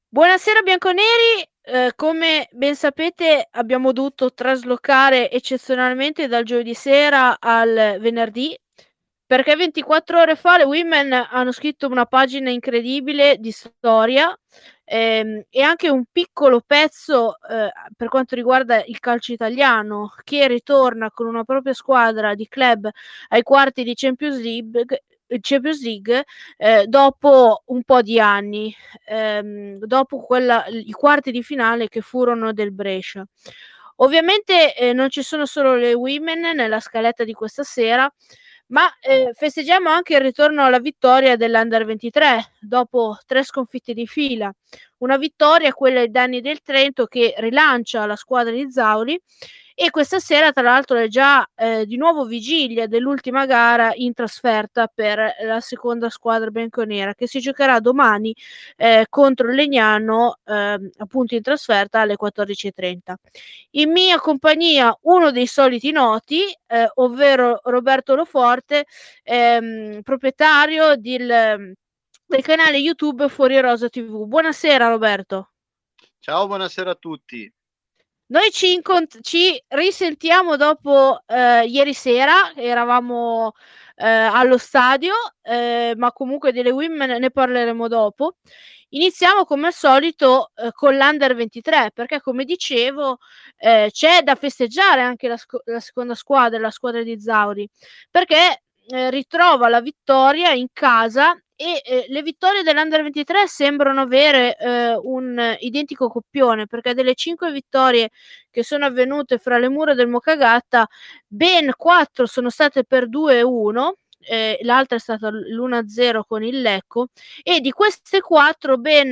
Buonasera bianconeri, come ben sapete abbiamo dovuto traslocare eccezionalmente dal giovedì sera al venerdì, perché 24 ore fa le Women hanno scritto una pagina incredibile di storia, e anche un piccolo pezzo, per quanto riguarda il calcio italiano, che ritorna con una propria squadra di club ai quarti di Champions League, dopo un po' di anni, dopo i quarti di finale che furono del Brescia. Ovviamente non ci sono solo le Women nella scaletta di questa sera, ma festeggiamo anche il ritorno alla vittoria dell'Under 23 dopo 3 sconfitte di fila. Una vittoria, quella ai danni del Trento, che rilancia la squadra di Zauri, e questa sera tra l'altro è già di nuovo vigilia dell'ultima gara in trasferta per la seconda squadra bianconera, che si giocherà domani contro il Legnano, appunto in trasferta alle 14:30. In mia compagnia uno dei soliti noti, ovvero Roberto Loforte, proprietario del canale YouTube Fuori Rosa TV. Buonasera Roberto. Ciao, buonasera a tutti. Noi ci risentiamo dopo ieri sera, eravamo allo stadio, ma comunque delle Women ne parleremo dopo. Iniziamo come al solito con l'Under 23, perché come dicevo c'è da festeggiare anche la seconda squadra, la squadra di Zauri, perché ritrova la vittoria in casa, e le vittorie dell'Under 23 sembrano avere un identico coppione, perché delle 5 vittorie che sono avvenute fra le mura del Mokagata, ben 4 sono state per 2-1, l'altra è stata l'1-0 con il Lecco, e di queste 4 ben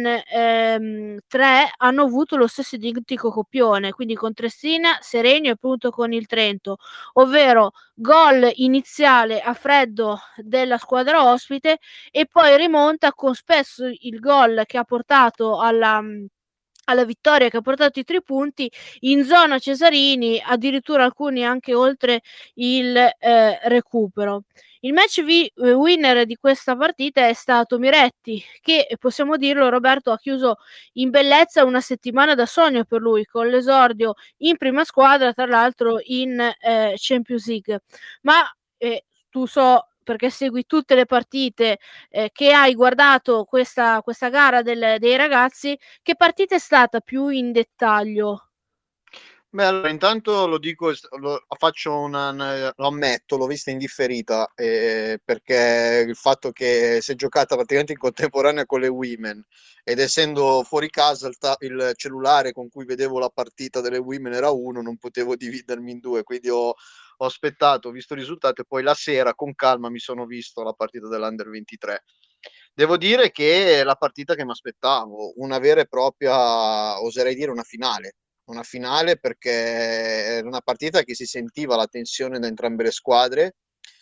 3 hanno avuto lo stesso identico coppione, quindi con Triestina, Seregno e appunto con il Trento, ovvero gol iniziale a freddo della squadra ospite e poi rimonta con spesso il gol che ha portato alla vittoria, che ha portato i 3 punti in zona Cesarini, addirittura alcuni anche oltre il recupero. Il winner di questa partita è stato Miretti, che possiamo dirlo Roberto ha chiuso in bellezza una settimana da sogno per lui, con l'esordio in prima squadra, tra l'altro in Champions League. Ma tu so, perché segui tutte le partite, che hai guardato questa gara dei ragazzi, che partita è stata più in dettaglio? Beh, allora intanto lo dico, faccio lo ammetto, l'ho vista in differita, perché il fatto che si è giocata praticamente in contemporanea con le Women ed essendo fuori casa il cellulare con cui vedevo la partita delle Women era uno, non potevo dividermi in due, quindi ho aspettato, ho visto il risultato e poi la sera con calma mi sono visto la partita dell'Under 23. Devo dire che è la partita che mi aspettavo, una vera e propria, oserei dire una finale perché era una partita che si sentiva la tensione da entrambe le squadre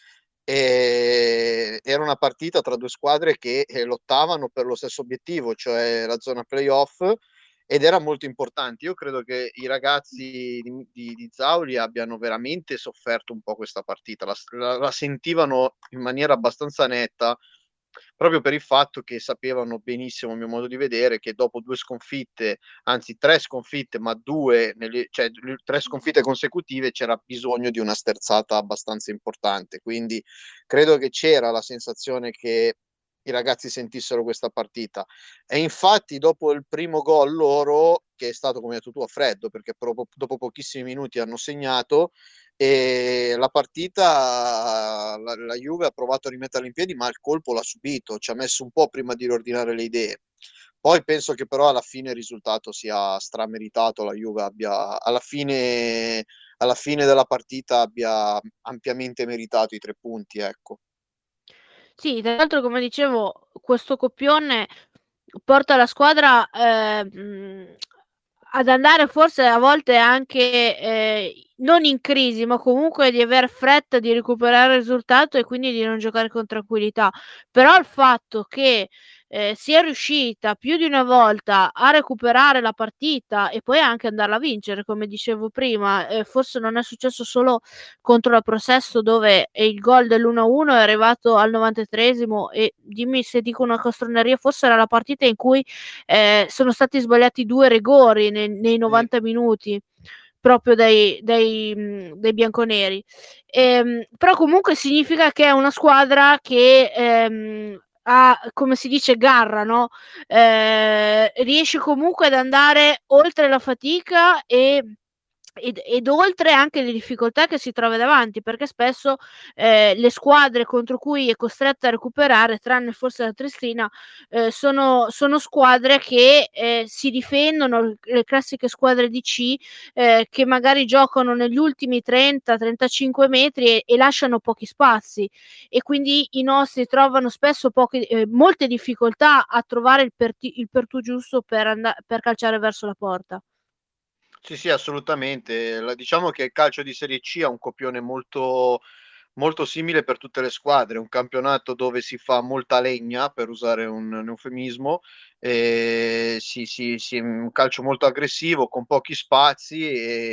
e era una partita tra due squadre che lottavano per lo stesso obiettivo, cioè la zona playoff, ed era molto importante. Io credo che i ragazzi di Zauli abbiano veramente sofferto un po' questa partita, la sentivano in maniera abbastanza netta, proprio per il fatto che sapevano benissimo, a mio modo di vedere, che dopo 2 sconfitte, anzi 3 sconfitte, ma 2 cioè 3 sconfitte consecutive, c'era bisogno di una sterzata abbastanza importante. Quindi credo che c'era la sensazione che i ragazzi sentissero questa partita. E infatti dopo il primo gol loro, che è stato, come hai detto tu, a freddo, perché dopo pochissimi minuti hanno segnato, e la partita la Juve ha provato a rimetterla in piedi, ma il colpo l'ha subito, ci ha messo un po' prima di riordinare le idee. Poi penso che però alla fine il risultato sia strameritato, la Juve abbia alla fine della partita abbia ampiamente meritato i 3 punti, ecco. Sì, tra l'altro come dicevo, questo coppione porta la squadra ad andare forse a volte anche non in crisi, ma comunque di aver fretta di recuperare il risultato e quindi di non giocare con tranquillità. Però il fatto che sia riuscita più di una volta a recuperare la partita e poi anche andarla a vincere, come dicevo prima. Forse non è successo solo contro la Prosesto, dove il gol dell'1-1 è arrivato al 93esimo, e dimmi se dico una castroneria, forse era la partita in cui sono stati sbagliati 2 rigori nei 90 minuti proprio dai bianconeri. Però comunque significa che è una squadra che ha, come si dice, garra, no? Riesce comunque ad andare oltre la fatica ed oltre anche le difficoltà che si trova davanti, perché spesso le squadre contro cui è costretta a recuperare, tranne forse la Triestina, sono squadre che si difendono, le classiche squadre di C, che magari giocano negli ultimi 30-35 metri e lasciano pochi spazi, e quindi i nostri trovano spesso molte difficoltà a trovare il pertù giusto per calciare verso la porta. Sì, assolutamente. Diciamo che il calcio di Serie C ha un copione molto, molto simile per tutte le squadre, un campionato dove si fa molta legna, per usare un eufemismo, un calcio molto aggressivo, con pochi spazi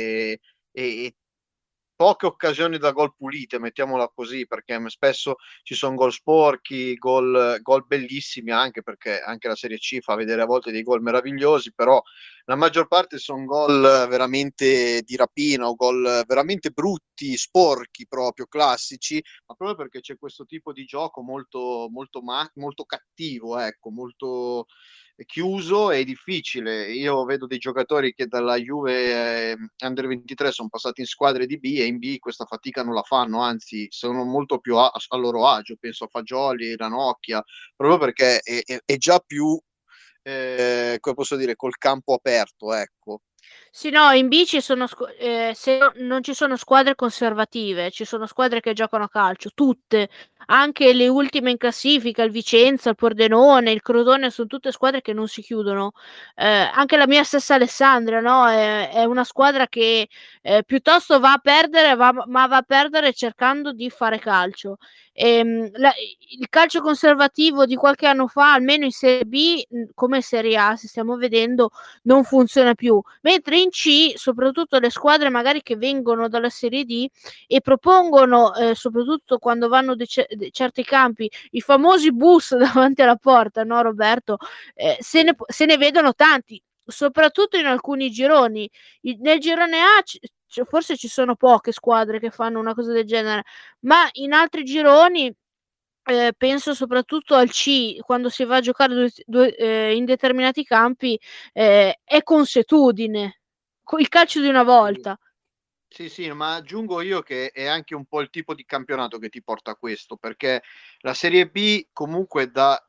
e poche occasioni da gol pulite, mettiamola così, perché spesso ci son gol sporchi, gol bellissimi, anche perché anche la Serie C fa vedere a volte dei gol meravigliosi, però la maggior parte son gol veramente di rapina o gol veramente brutti, sporchi proprio, classici, ma proprio perché c'è questo tipo di gioco molto cattivo, ecco, molto chiuso e difficile. Io vedo dei giocatori che dalla Juve Under 23 son passati in squadre di B, e in B questa fatica non la fanno, anzi sono molto più a loro agio. Penso a Fagioli, Ranocchia, proprio perché è già più, come posso dire, col campo aperto, ecco. Sì, no, in B ci sono se non ci sono squadre conservative, ci sono squadre che giocano a calcio, tutte, anche le ultime in classifica, il Vicenza, il Pordenone, il Crotone, son tutte squadre che non si chiudono. Anche la mia stessa Alessandria, no, è una squadra che, piuttosto va a perdere, ma va a perdere cercando di fare calcio. Il calcio conservativo di qualche anno fa, almeno in Serie B, come in Serie A, se stiamo vedendo, non funziona più, mentre in C, soprattutto le squadre magari che vengono dalla Serie D e propongono, soprattutto quando vanno certi campi, i famosi bus davanti alla porta, no Roberto, se ne vedono tanti, soprattutto in alcuni gironi. Nel girone A forse ci sono poche squadre che fanno una cosa del genere, ma in altri gironi, penso soprattutto al C, quando si va a giocare in determinati campi, è consuetudine, il calcio di una Sì. volta. Sì, ma aggiungo io che è anche un po' il tipo di campionato che ti porta a questo, perché la Serie B comunque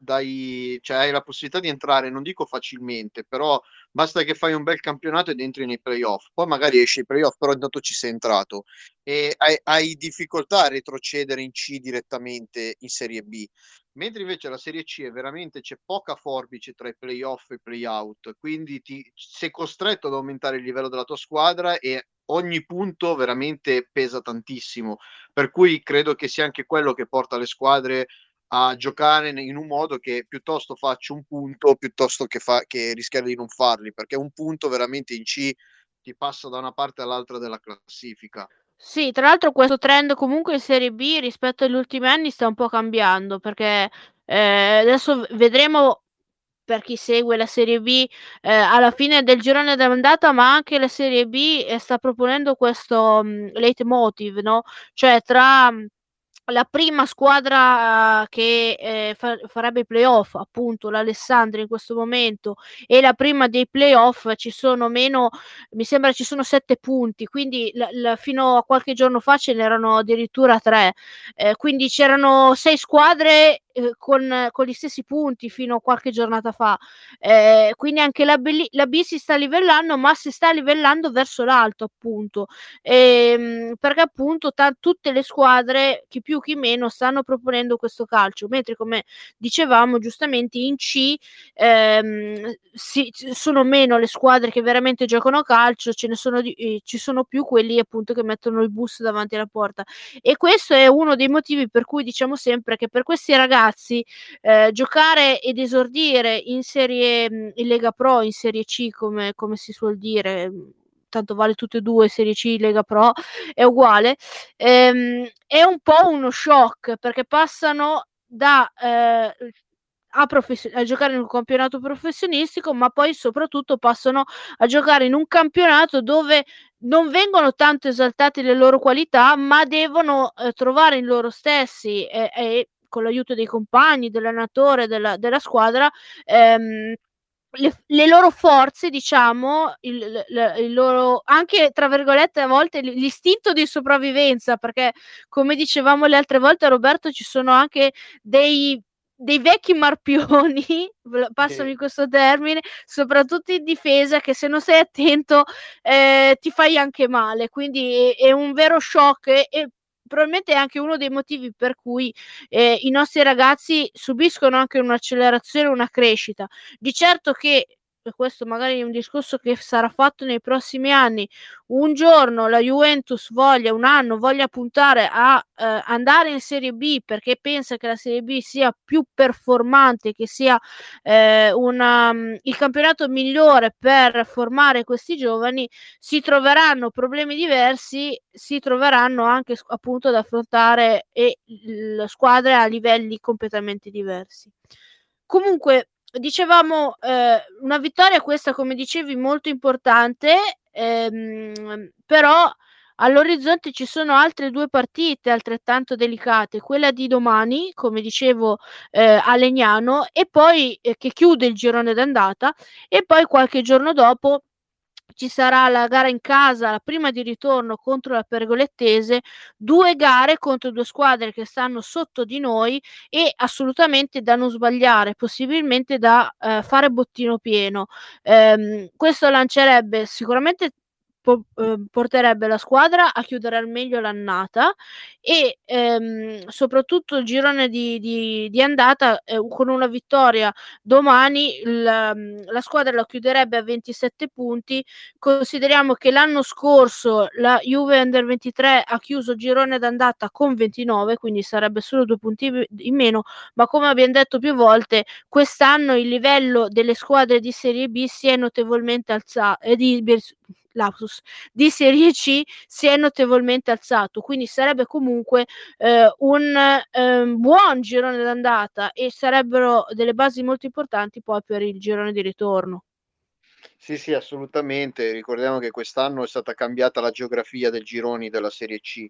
cioè hai la possibilità di entrare, non dico facilmente, però basta che fai un bel campionato ed entri nei playoff. Poi magari esci ai playoff, però intanto ci sei entrato e hai difficoltà a retrocedere in C direttamente in Serie B. Mentre invece la Serie C c'è poca forbice tra i playoff e i playout, quindi sei costretto ad aumentare il livello della tua squadra e ogni punto veramente pesa tantissimo, per cui credo che sia anche quello che porta le squadre a giocare in un modo che piuttosto faccio un punto piuttosto che rischiare di non farli, perché un punto veramente in C ti passa da una parte all'altra della classifica. Sì, tra l'altro questo trend comunque in Serie B rispetto agli ultimi anni sta un po' cambiando, perché, adesso vedremo, per chi segue la Serie B, alla fine del girone d'andata, ma anche la Serie B, sta proponendo questo, leitmotiv, no, cioè tra, la prima squadra che, farebbe i playoff, appunto l'Alessandria in questo momento, e la prima dei playoff, ci sono meno, mi sembra ci sono 7 punti, quindi fino a qualche giorno fa ce n'erano addirittura 3. Quindi c'erano 6 squadre, con gli stessi punti fino a qualche giornata fa. Quindi anche la B si sta livellando, ma si sta livellando verso l'alto, appunto. Perché appunto tutte le squadre, chi più chi meno, stanno proponendo questo calcio, mentre, come dicevamo giustamente, in C sono meno le squadre che veramente giocano a calcio, ci sono più quelli appunto che mettono il bus davanti alla porta, e questo è uno dei motivi per cui diciamo sempre che per questi ragazzi ragazzi giocare ed esordire in Lega Pro, in Serie C come si suol dire, tanto vale tutte e due, Serie C, Lega Pro, è uguale, è un po' uno shock, perché passano da a giocare in un campionato professionistico, ma poi soprattutto passano a giocare in un campionato dove non vengono tanto esaltate le loro qualità, ma devono trovare in loro stessi e con l'aiuto dei compagni, dell'allenatore, della squadra, le loro forze, diciamo, il loro, anche tra virgolette a volte l'istinto di sopravvivenza, perché come dicevamo le altre volte, Roberto, ci sono anche dei vecchi marpioni, passami questo termine, soprattutto in difesa, che se non sei attento ti fai anche male, quindi è un vero shock e probabilmente è anche uno dei motivi per cui i nostri ragazzi subiscono anche un'accelerazione, una crescita. Di certo che, e questo magari è un discorso che sarà fatto nei prossimi anni, un giorno la Juventus un anno voglia puntare a andare in Serie B perché pensa che la Serie B sia più performante, che sia il campionato migliore per formare questi giovani, si troveranno problemi diversi, si troveranno anche appunto ad affrontare squadre a livelli completamente diversi. Comunque, dicevamo, una vittoria questa, come dicevi, molto importante, però all'orizzonte ci sono altre 2 partite altrettanto delicate, quella di domani, come dicevo, a Legnano, e poi che chiude il girone d'andata, e poi qualche giorno dopo ci sarà la gara in casa, la prima di ritorno contro la Pergolettese, 2 gare contro 2 squadre che stanno sotto di noi e assolutamente da non sbagliare, possibilmente da fare bottino pieno. Questo lancerebbe sicuramente porterebbe la squadra a chiudere al meglio l'annata e soprattutto il girone di andata con una vittoria domani la squadra la chiuderebbe a 27 punti. Consideriamo che l'anno scorso la Juve Under 23 ha chiuso il girone d'andata con 29, quindi sarebbe solo 2 punti in meno, ma come abbiamo detto più volte, quest'anno il livello delle squadre di Serie B si è notevolmente alzato, di Serie C si è notevolmente alzato, quindi sarebbe comunque un buon girone d'andata e sarebbero delle basi molto importanti poi per il girone di ritorno. Sì, assolutamente. Ricordiamo che quest'anno è stata cambiata la geografia del gironi della Serie C,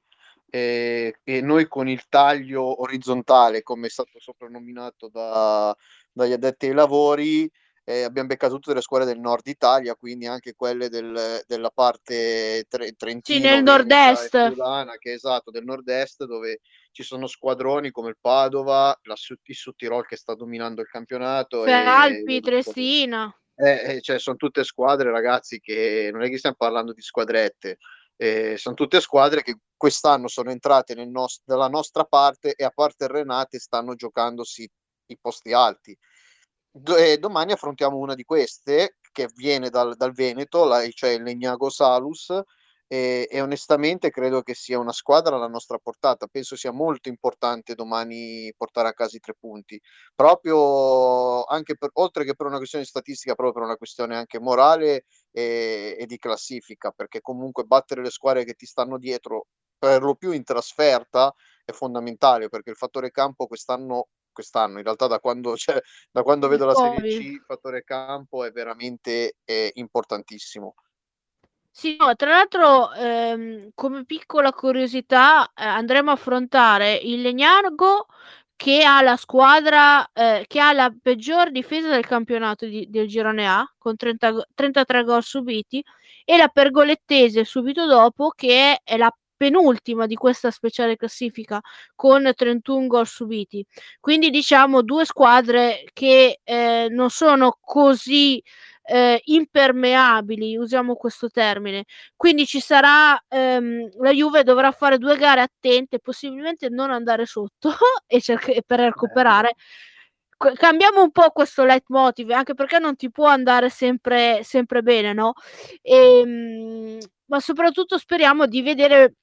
e noi con il taglio orizzontale, come è stato soprannominato dagli addetti ai lavori, abbiam beccato tutte le squadre del Nord Italia, quindi anche quelle della parte Sì, Trentino, nel Veneta e nord-est. friulana, che esatto, del nord-est, dove ci sono squadroni come il Padova, il Südtirol che sta dominando il campionato e Alpi, Triestina. cioè son tutte squadre, ragazzi, che non è che stiam parlando di squadrette, son tutte squadre che quest'anno sono entrate dalla nostra parte e a parte Renate stanno giocandosi i posti alti. Domani affrontiamo una di queste che viene dal Veneto, cioè il Legnago Salus, e onestamente credo che sia una squadra alla nostra portata. Penso sia molto importante domani portare a casa i 3 punti, proprio anche oltre che per una questione statistica, proprio per una questione anche morale e di classifica, perché comunque battere le squadre che ti stanno dietro, per lo più in trasferta, è fondamentale, perché il fattore campo quest'anno in realtà da quando Il vedo la Serie C, Covid. il fattore campo è veramente, importantissimo. Sì, no, tra l'altro, come piccola curiosità, andremo a affrontare il Legnago che ha la squadra che ha la peggior difesa del campionato del girone A, con 33 gol subiti, e la Pergolettese subito dopo, che è la penultima di questa speciale classifica, con 31 gol subiti. Quindi diciamo 2 squadre che non sono così impermeabili, usiamo questo termine. Quindi ci sarà la Juve dovrà fare 2 gare attente, possibilmente non andare sotto e per recuperare. Cambiamo un po' questo leitmotiv, anche perché non ti può andare sempre bene, no, ma soprattutto speriamo di vedere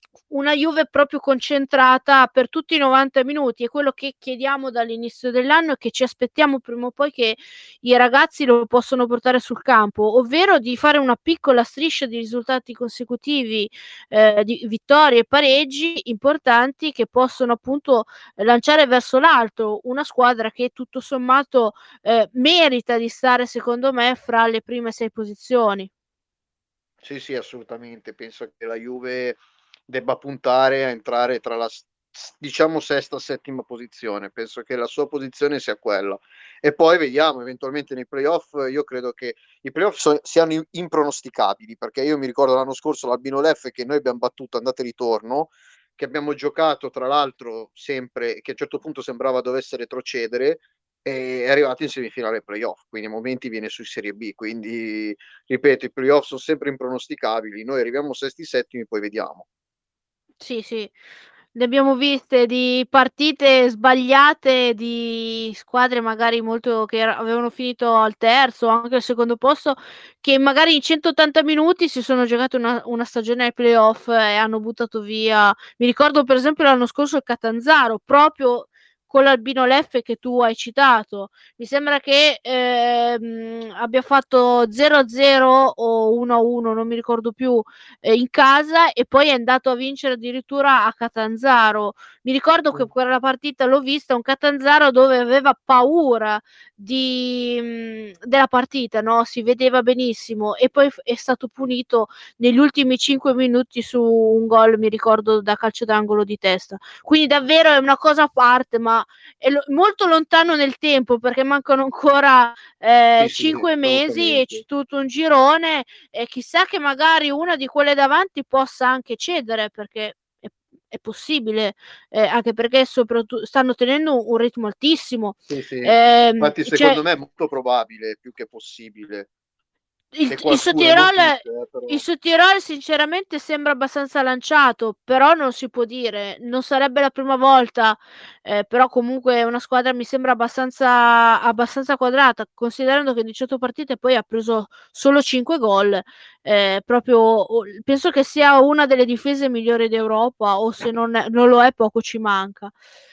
una Juve proprio concentrata per tutti i 90 minuti. È quello che chiediamo dall'inizio dell'anno e che ci aspettiamo prima o poi che i ragazzi lo possono portare sul campo, ovvero di fare una piccola striscia di risultati consecutivi, di vittorie e pareggi importanti che possono appunto lanciare verso l'alto una squadra che tutto sommato merita di stare, secondo me, fra le prime 6 posizioni. Sì, assolutamente. Penso che la Juve debba puntare a entrare tra la diciamo sesta, settima posizione. Penso che la sua posizione sia quella. E poi vediamo eventualmente nei playoff. Io credo che i playoff siano impronosticabili, perché io mi ricordo l'anno scorso l'Albino Leffe che noi abbiamo battuto andata e ritorno, che abbiamo giocato tra l'altro sempre, che a un certo punto sembrava dovesse retrocedere, e è arrivato in semifinale playoff, quindi a momenti viene su Serie B, quindi ripeto, i playoff sono sempre impronosticabili, noi arriviamo sesti, settimi, poi vediamo. Sì, sì. Ne abbiamo viste di partite sbagliate, di squadre magari molto che avevano finito al terzo o anche al secondo posto, che magari in 180 minuti si sono giocate una stagione ai playoff e hanno buttato via. Mi ricordo per esempio l'anno scorso il Catanzaro, proprio con l'Albino Leffe che tu hai citato. Mi sembra che abbia fatto 0-0 o 1-1, non mi ricordo più, in casa, e poi è andato a vincere addirittura a Catanzaro. Mi ricordo che quella partita l'ho vista, un Catanzaro dove aveva paura della partita, no? Si vedeva benissimo, e poi è stato punito negli ultimi 5 minuti su un gol, mi ricordo, da calcio d'angolo di testa. Quindi davvero è una cosa a parte, ma è molto lontano nel tempo, perché mancano ancora Sì, 5 mesi e c'è assolutamente. tutto un girone, e chissà che magari una di quelle davanti possa anche cedere, perché è possibile, anche perché stanno tenendo un ritmo altissimo. Sì. Infatti Cioè, secondo me è molto probabile, più che possibile, il che il qualcuno, non Sudtirol tutte, il però Sudtirol sinceramente sembra abbastanza lanciato, però non si può dire. Non sarebbe la prima volta, però comunque è una squadra, mi sembra abbastanza quadrata, considerando che in 18 partite poi ha preso solo 5 gol. Proprio penso che sia una delle difese migliori d'Europa, o se non lo è poco ci manca.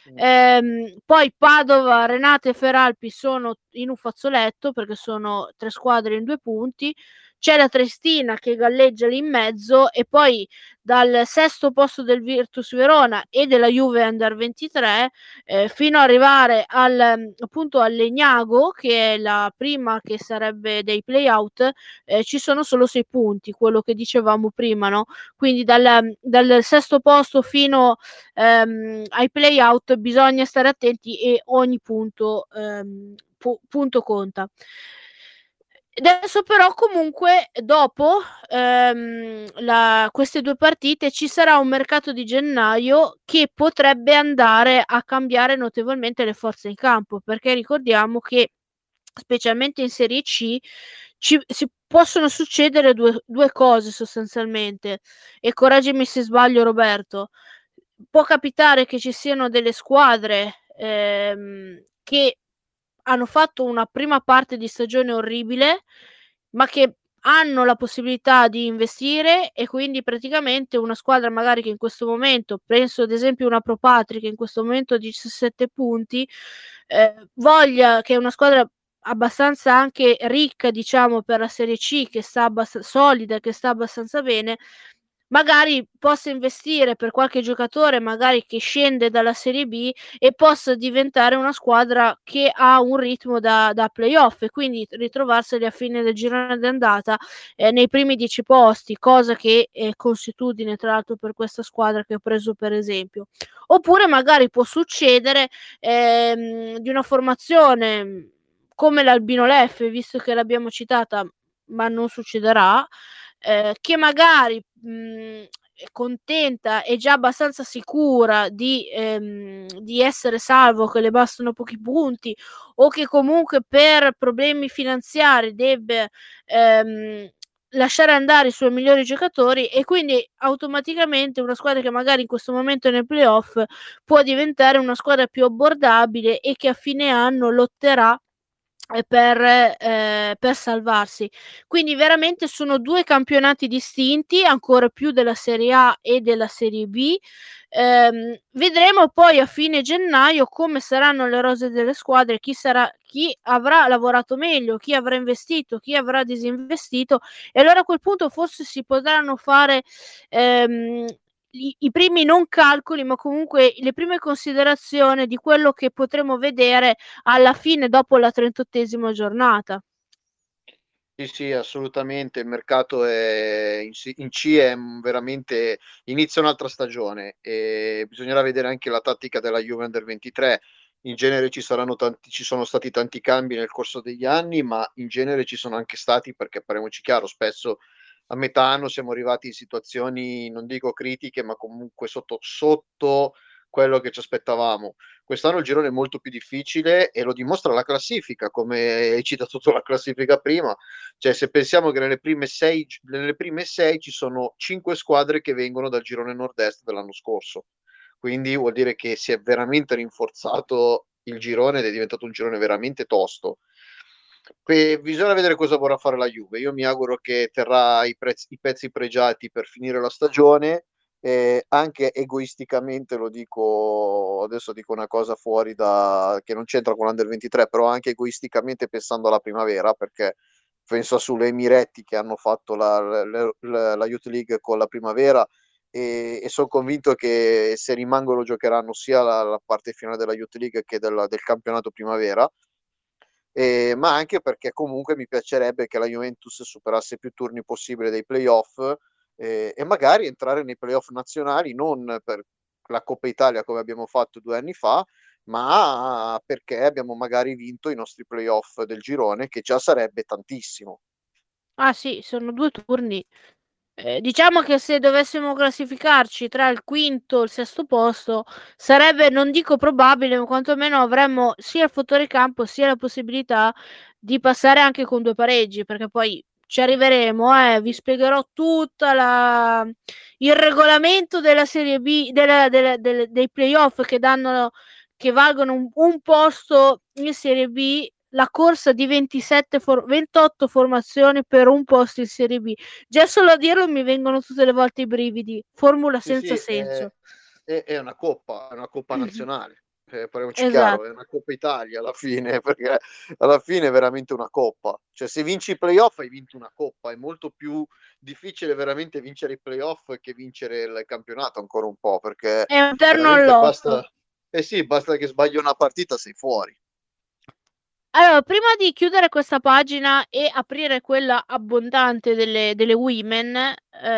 Poi Padova, Renate e Feralpi sono in un fazzoletto perché sono 3 squadre in 2 punti. C'è la Triestina che galleggia lì in mezzo, e poi dal sesto posto del Virtus Verona e della Juve Under 23 fino ad arrivare appunto al Legnago, che è la prima che sarebbe dei play-out, ci sono solo 6 punti, quello che dicevamo prima, no? Quindi dal sesto posto fino ai play-out bisogna stare attenti, e ogni punto conta. Adesso però comunque dopo queste 2 partite ci sarà un mercato di gennaio che potrebbe andare a cambiare notevolmente le forze in campo, perché ricordiamo che specialmente in Serie C si possono succedere due cose sostanzialmente, e correggimi se sbaglio Roberto. Può capitare che ci siano delle squadre che hanno fatto una prima parte di stagione orribile, ma che hanno la possibilità di investire, e quindi praticamente una squadra magari che in questo momento, penso ad esempio una Pro Patri che in questo momento ha 17 punti, voglia, che è una squadra abbastanza anche ricca, diciamo, per la Serie C, che sta solida, che sta abbastanza bene, magari possa investire per qualche giocatore magari che scende dalla Serie B e possa diventare una squadra che ha un ritmo da playoff, e quindi ritrovarseli a fine del girone d'andata nei primi 10 posti, cosa che è consuetudine tra l'altro per questa squadra che ho preso per esempio. Oppure magari può succedere di una formazione come l'Albino Leffe, visto che l'abbiamo citata, ma non succederà, che magari è contenta e già abbastanza sicura di essere salvo, che le bastano pochi punti, o che comunque per problemi finanziari debba lasciare andare i suoi migliori giocatori, e quindi automaticamente una squadra che magari in questo momento è nei playoff può diventare una squadra più abbordabile e che a fine anno lotterà per salvarsi. Quindi veramente sono due campionati distinti, ancora più della Serie A e della Serie B. Vedremo poi a fine gennaio come saranno le rose delle squadre, chi avrà lavorato meglio, chi avrà investito, chi avrà disinvestito, e allora a quel punto forse si potranno fare i primi non calcoli, ma comunque le prime considerazioni di quello che potremo vedere alla fine dopo la 38ª giornata. Sì, sì, assolutamente. Il mercato è in C è veramente inizia un'altra stagione e bisognerà vedere anche la tattica della Juve Under 23. In genere ci sono stati tanti cambi nel corso degli anni, ma in genere ci sono anche stati, perché parliamoci chiaro, spesso a metà anno siamo arrivati in situazioni, non dico critiche, ma comunque sotto quello che ci aspettavamo. Quest'anno il girone è molto più difficile e lo dimostra la classifica, come hai citato tu la classifica prima. Cioè, se pensiamo che nelle prime sei ci sono 5 squadre che vengono dal girone nord-est dell'anno scorso. Quindi vuol dire che si è veramente rinforzato il girone ed è diventato un girone veramente tosto. Bisogna vedere cosa vorrà fare la Juve. Io mi auguro che terrà i pezzi pregiati per finire la stagione. Anche egoisticamente lo dico, adesso dico una cosa che non c'entra con l'Under 23, però anche egoisticamente pensando alla primavera, perché penso sulle Miretti che hanno fatto la Youth League con la primavera e sono convinto che se rimangono giocheranno sia la parte finale della Youth League che del campionato primavera, ma anche perché comunque mi piacerebbe che la Juventus superasse più turni possibile dei playoff e magari entrare nei playoff nazionali non per la Coppa Italia come abbiamo fatto 2 anni fa, ma perché abbiamo magari vinto i nostri playoff del girone, che già sarebbe tantissimo. Ah sì, sono 2 turni. Diciamo che se dovessimo classificarci tra il quinto e il sesto posto, sarebbe, non dico probabile, ma quantomeno avremmo sia il fattore campo sia la possibilità di passare anche con 2 pareggi, perché poi ci arriveremo, vi spiegherò il regolamento della Serie B, dei playoff che valgono un posto in Serie B, la corsa di 28 formazioni per un posto in Serie B. Già solo a dirlo mi vengono tutte le volte i brividi. Formula Sì, senza sì, senso. è una coppa nazionale, parliamoci chiaro, Esatto. è una Coppa Italia alla fine, perché alla fine è veramente una coppa. Cioè, se vinci i playoff hai vinto una coppa, è molto più difficile veramente vincere i playoff che vincere il campionato ancora un po', perché È un terno veramente all'otto. basta che sbagli una partita, sei fuori. Allora, prima di chiudere questa pagina e aprire quella abbondante delle women,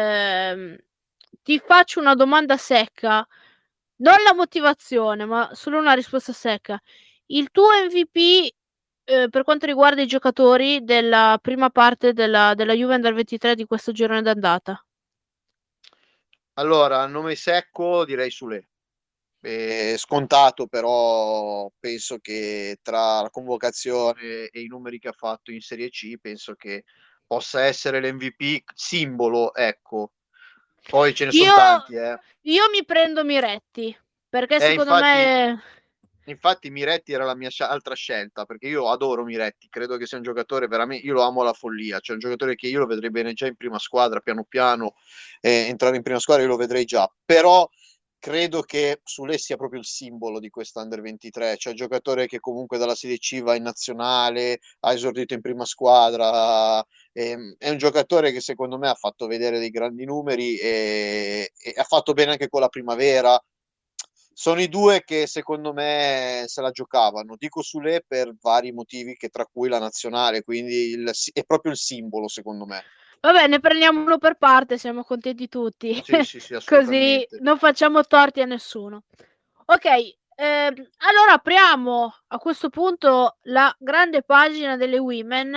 ti faccio una domanda secca. Non la motivazione, ma solo una risposta secca. Il tuo MVP, per quanto riguarda i giocatori della prima parte della Juve Under 23 di questo girone d'andata? Allora, nome secco direi Sule. Scontato, però penso che tra la convocazione e i numeri che ha fatto in Serie C, penso che possa essere l'MVP simbolo, ecco. Poi ce ne sono Io tanti, io mi prendo Miretti, perché secondo infatti, me infatti Miretti era la mia altra scelta, perché io adoro Miretti, credo che sia un giocatore veramente, io lo amo alla follia, cioè un giocatore che io lo vedrei bene già in prima squadra, piano piano, entrare in prima squadra io lo vedrei già, però credo che Sule sia proprio il simbolo di questa Under 23, cioè un giocatore che comunque dalla Serie C va in nazionale, ha esordito in prima squadra, è un giocatore che secondo me ha fatto vedere dei grandi numeri e ha fatto bene anche con la primavera. Sono i due che secondo me se la giocavano. Dico Sule per vari motivi, che tra cui la nazionale, quindi è proprio il simbolo secondo me. vabbè, ne prendiamo uno per parte, siamo contenti tutti. Sì, sì, sì, Così assolutamente. non facciamo torti a nessuno. Ok, allora apriamo a questo punto la grande pagina delle women,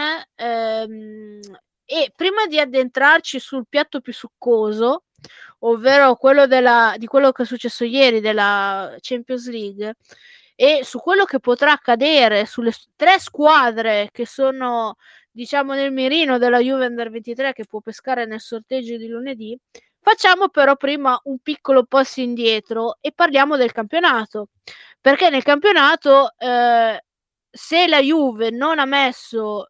e prima di addentrarci sul piatto più succoso, ovvero di quello che è successo ieri della Champions League, e su quello che potrà accadere sulle 3 squadre che sono, diciamo, nel mirino della Juve Under 23, che può pescare nel sorteggio di lunedì, facciamo però prima un piccolo passo indietro e parliamo del campionato, perché nel campionato se la Juve non ha messo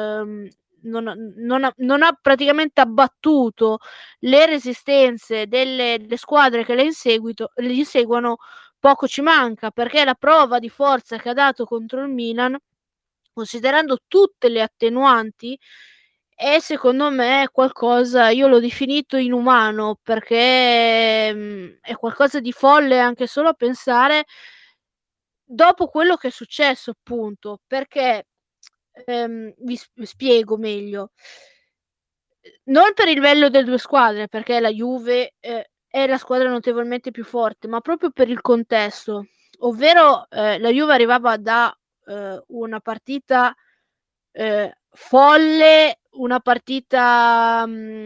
non ha praticamente abbattuto le resistenze delle squadre che le inseguono, poco ci manca, perché la prova di forza che ha dato contro il Milan, considerando tutte le attenuanti, è secondo me qualcosa, io l'ho definito inumano, perché è qualcosa di folle anche solo a pensare dopo quello che è successo, appunto, perché vi spiego meglio. Non per il livello delle due squadre, perché la Juve è la squadra notevolmente più forte, ma proprio per il contesto, ovvero la Juve arrivava da una partita folle, una partita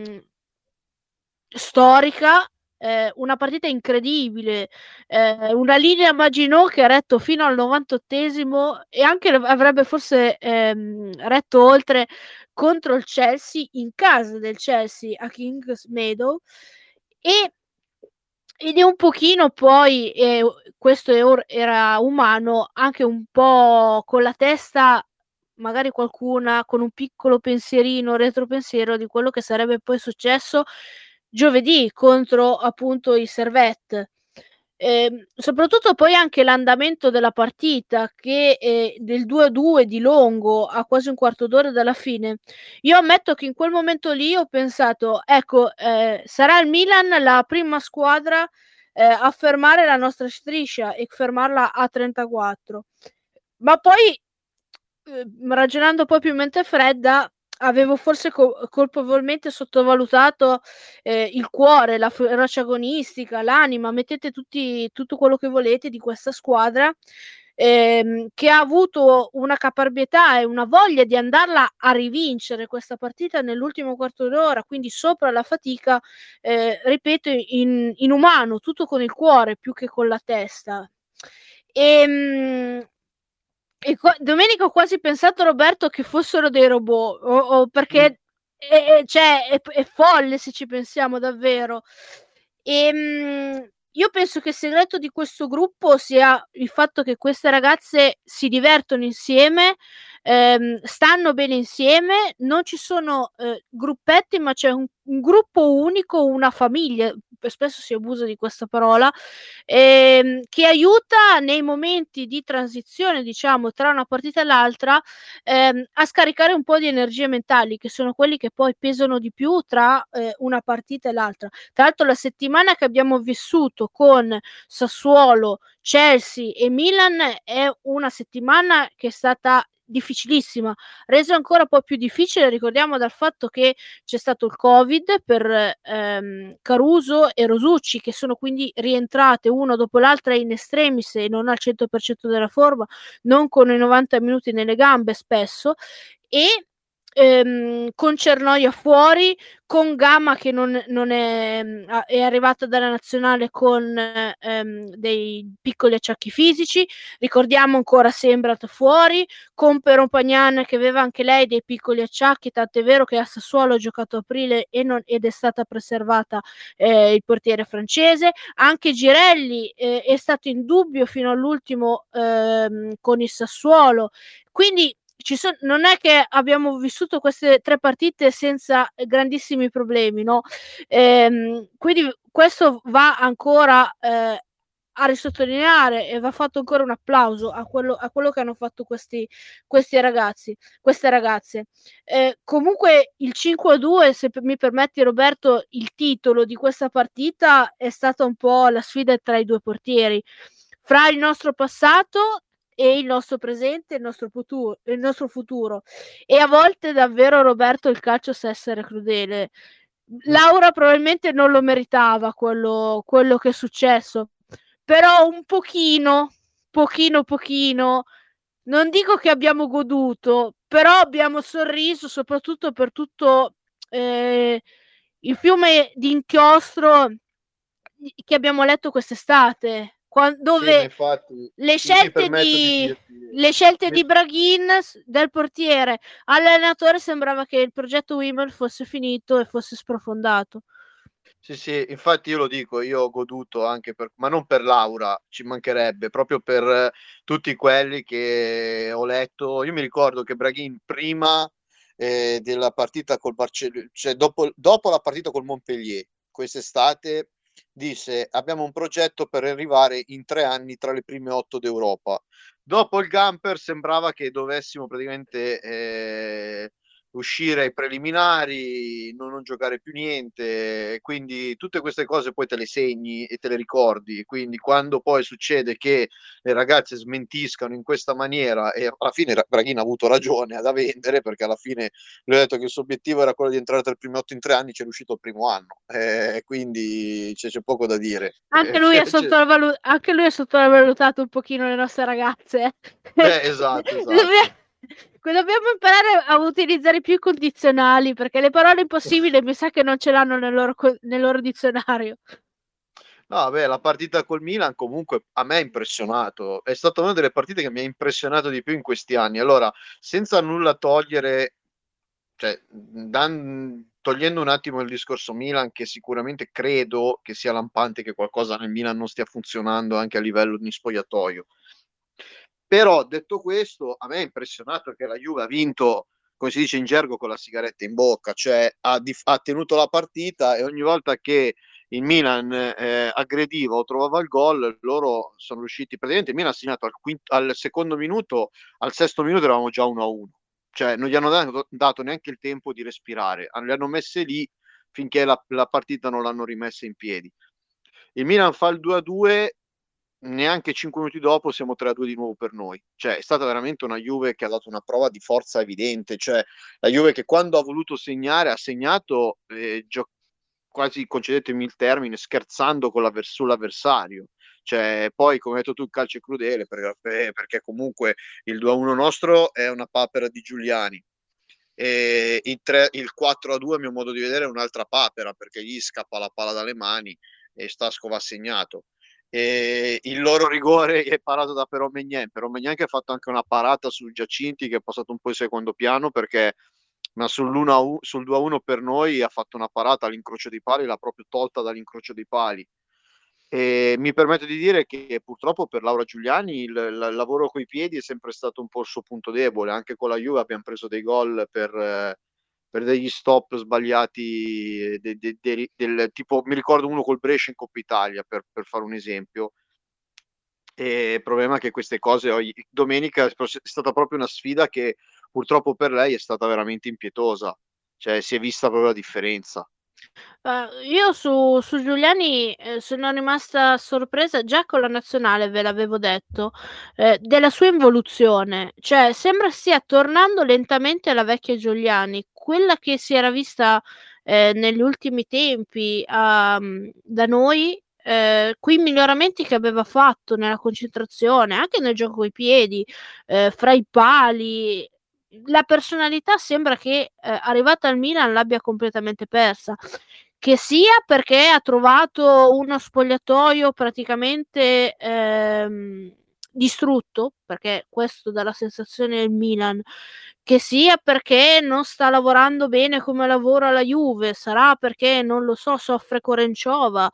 storica, una partita incredibile, una linea Maginot che ha retto fino al 98esimo e anche avrebbe forse retto oltre contro il Chelsea, in casa del Chelsea a Kings Meadow, ed è un pochino poi, questo era umano, anche un po' con la testa, magari qualcuna con un piccolo pensierino, retropensiero di quello che sarebbe poi successo giovedì contro appunto i Servette. Soprattutto poi anche l'andamento della partita che del 2-2 di Longo a quasi un quarto d'ora dalla fine. Io ammetto che in quel momento lì ho pensato, ecco, sarà il Milan la prima squadra a fermare la nostra striscia e fermarla a 34. Ma poi, ragionando poi più in mente fredda, avevo forse colpevolmente sottovalutato il cuore, la ferocia agonistica, l'anima, mettete tutto quello che volete di questa squadra, che ha avuto una caparbietà e una voglia di andarla a rivincere questa partita nell'ultimo quarto d'ora, quindi sopra la fatica, ripeto, in umano, tutto con il cuore più che con la testa. Domenica ho quasi pensato, Roberto, che fossero dei robot, perché cioè, è folle se ci pensiamo davvero. Io penso che il segreto di questo gruppo sia il fatto che queste ragazze si divertono insieme, stanno bene insieme, non ci sono gruppetti, ma c'è un gruppo unico, una famiglia, spesso si abusa di questa parola, che aiuta nei momenti di transizione, diciamo, tra una partita e l'altra, a scaricare un po' di energie mentali, che sono quelli che poi pesano di più tra una partita e l'altra. Tra l'altro la settimana che abbiamo vissuto con Sassuolo, Chelsea e Milan è una settimana che è stata difficilissima, reso ancora un po' più difficile, ricordiamo, dal fatto che c'è stato il Covid per Caruso e Rosucci, che sono quindi rientrate una dopo l'altra in extremis e non al 100% della forma, non con i 90 minuti nelle gambe spesso, e con Cernoia fuori, con Gama che non è arrivata dalla nazionale con dei piccoli acciacchi fisici, ricordiamo ancora Sembrat fuori, con Perompagnan che aveva anche lei dei piccoli acciacchi, tant'è vero che a Sassuolo ha giocato aprile ed è stata preservata il portiere francese, anche Girelli è stato in dubbio fino all'ultimo con il Sassuolo, quindi non è che abbiamo vissuto queste 3 partite senza grandissimi problemi, no? Quindi questo va ancora a risottolineare e va fatto ancora un applauso a quello che hanno fatto questi ragazzi, queste ragazze. Comunque il 5-2, se mi permetti Roberto, il titolo di questa partita è stata un po' la sfida tra i due portieri, fra il nostro passato e il nostro presente e il nostro futuro. E a volte davvero, Roberto, il calcio sa essere crudele. Laura probabilmente non lo meritava quello che è successo, però un pochino, non dico che abbiamo goduto, però abbiamo sorriso soprattutto per tutto il fiume di inchiostro che abbiamo letto quest'estate, dove infatti, le mi scelte permetto di di dirti, Braghin, del portiere all'allenatore, sembrava che il progetto Wimmer fosse finito e fosse sprofondato. Sì, sì, infatti io lo dico, io ho goduto anche ma non per Laura, ci mancherebbe, proprio per tutti quelli che ho letto. Io mi ricordo che Braghin prima della partita col Barcellona, cioè dopo la partita col Montpellier, quest'estate, disse abbiamo un progetto per arrivare in 3 anni tra le prime 8 d'Europa. Dopo il Gamper sembrava che dovessimo praticamente uscire ai preliminari, non giocare più niente, quindi tutte queste cose poi te le segni e te le ricordi, quindi quando poi succede che le ragazze smentiscano in questa maniera e alla fine Braghini ha avuto ragione ad vendere, perché alla fine lui ha detto che il suo obiettivo era quello di entrare tra i primi 8 in 3 anni, ci è riuscito il primo anno, quindi c'è poco da dire. Anche lui ha sottovalutato un pochino le nostre ragazze. Esatto, esatto. Dobbiamo, dobbiamo imparare a utilizzare più i condizionali, perché le parole impossibili mi sa che non ce l'hanno nel loro dizionario. No, beh, la partita col Milan comunque a me ha impressionato. È stata una delle partite che mi ha impressionato di più in questi anni. Allora, senza nulla togliere, cioè, togliendo un attimo il discorso Milan, che sicuramente credo che sia lampante che qualcosa nel Milan non stia funzionando anche a livello di spogliatoio. Però, detto questo, a me è impressionato che la Juve ha vinto, come si dice in gergo, con la sigaretta in bocca, cioè ha tenuto la partita e ogni volta che il Milan aggrediva o trovava il gol, loro sono riusciti, praticamente il Milan ha segnato al secondo minuto, al sesto minuto eravamo già 1-1, cioè non gli hanno dato neanche il tempo di respirare, li hanno messe lì finché la partita non l'hanno rimessa in piedi. Il Milan fa il 2-2, neanche 5 minuti dopo siamo 3-2 di nuovo per noi. Cioè, è stata veramente una Juve che ha dato una prova di forza evidente. Cioè, la Juve che quando ha voluto segnare ha segnato quasi, concedetemi il termine, scherzando sull'avversario. Cioè, poi, come hai detto tu, il calcio è crudele perché comunque il 2-1 nostro è una papera di Giuliani. E il 4-2, a mio modo di vedere, è un'altra papera perché gli scappa la palla dalle mani e Stasco va segnato. E il loro rigore è parato da Peromegnan che ha fatto anche una parata su Giacinti che è passato un po' in secondo piano perché ma sul 2-1 per noi ha fatto una parata all'incrocio dei pali, l'ha proprio tolta dall'incrocio dei pali. E mi permetto di dire che purtroppo per Laura Giuliani il lavoro coi piedi è sempre stato un po' il suo punto debole. Anche con la Juve abbiamo preso dei gol per degli stop sbagliati del tipo, mi ricordo uno col Brescia in Coppa Italia per fare un esempio. E il problema è che queste cose domenica è stata proprio una sfida che purtroppo per lei è stata veramente impietosa, cioè si è vista proprio la differenza. Io su Giuliani sono rimasta sorpresa già con la nazionale, ve l'avevo detto, della sua involuzione. Cioè, sembra stia tornando lentamente alla vecchia Giuliani, quella che si era vista negli ultimi tempi da noi. Quei miglioramenti che aveva fatto nella concentrazione, anche nel gioco coi piedi, fra i pali, la personalità sembra che arrivata al Milan l'abbia completamente persa, che sia perché ha trovato uno spogliatoio praticamente distrutto, perché questo dà la sensazione del Milan, che sia perché non sta lavorando bene come lavora la Juve, sarà perché non lo so, soffre Korencova,